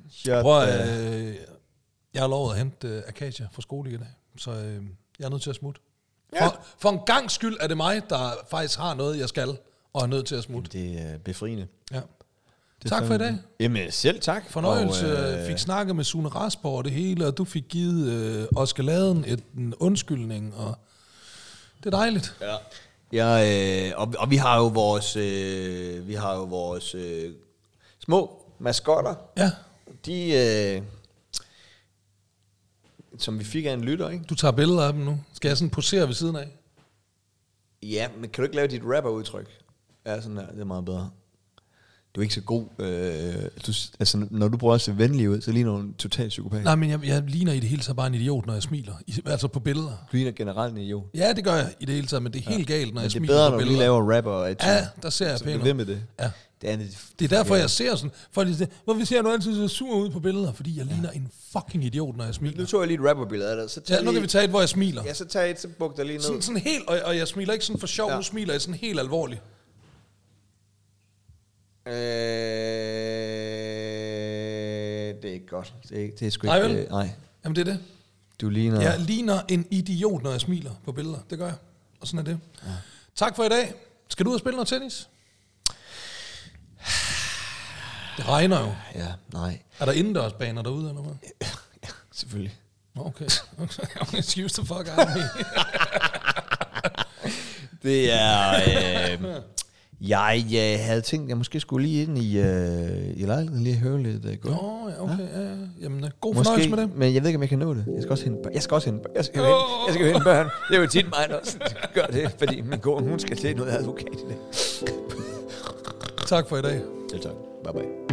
Jeg har lovet at hente Acacia fra skole i dag, så jeg er nødt til at smutte. Ja. For en gang skyld er det mig, der faktisk har noget, jeg skal, og er nødt til at smutte. Det er befriende. Ja. Tak for i dag. Jamen, selv tak. Fornøjelse. Fik snakket med Sune Rasborg og det hele, og du fik givet Oscar Laden en undskyldning, og det er dejligt. Ja, og vi har jo vores små maskotter. Ja. De som vi fik af en lytter, ikke? Du tager billeder af dem nu. Skal jeg sådan posere ved siden af? Ja, men kan du ikke lave dit rapper-udtryk? Ja, sådan der. Det er meget bedre. du er ikke så god. Altså, når du prøver at se venlig ud, så ligner du en total psykopat. Nej, men jeg ligner i det hele taget bare en idiot, når jeg smiler. Altså på billeder. Du ligner generelt en idiot. Ja, det gør jeg i det hele taget, men det er helt galt, når jeg smiler bedre, på billeder. Det er bedre, når du lige laver rapper. Ja, der ser jeg pænt ud. med det. Ja. Det er derfor, jeg ser sådan... Folk siger, hvorfor ser du altid så sur ud på billeder? Fordi jeg ligner en fucking idiot, når jeg smiler. Nu tog jeg lige et rapperbillede af dig. Så nu kan vi tage et, hvor jeg smiler. Ja, så tag et, så buk dig lige ned. Sådan helt, og jeg smiler ikke sådan for sjov, nu smiler jeg sådan helt alvorligt. Det er ikke godt. Det er sgu ikke... Nej, nej. Jamen, det er det. Du ligner... Jeg ligner en idiot, når jeg smiler på billeder. Det gør jeg. Og sådan er det. Ja. Tak for i dag. Skal du ud og spille noget tennis? Det regner jo. Ja, nej. Er der indendørsbaner derude, eller hvad? Ja, selvfølgelig. Okay. Excuse the fuck out of me. Det er... Jeg havde tænkt, at jeg måske skulle lige ind i lejligheden lige høre lidt godt. Nå, ja, okay. Ja. Jamen, god fornøjelse med det. Men jeg ved ikke, om jeg kan nå det. Jeg skal også hente børn. Det er jo tit mig, der gør det, fordi min kone, hun skal til noget advokat i dag. Tak for i dag. Selv tak. Bye bye.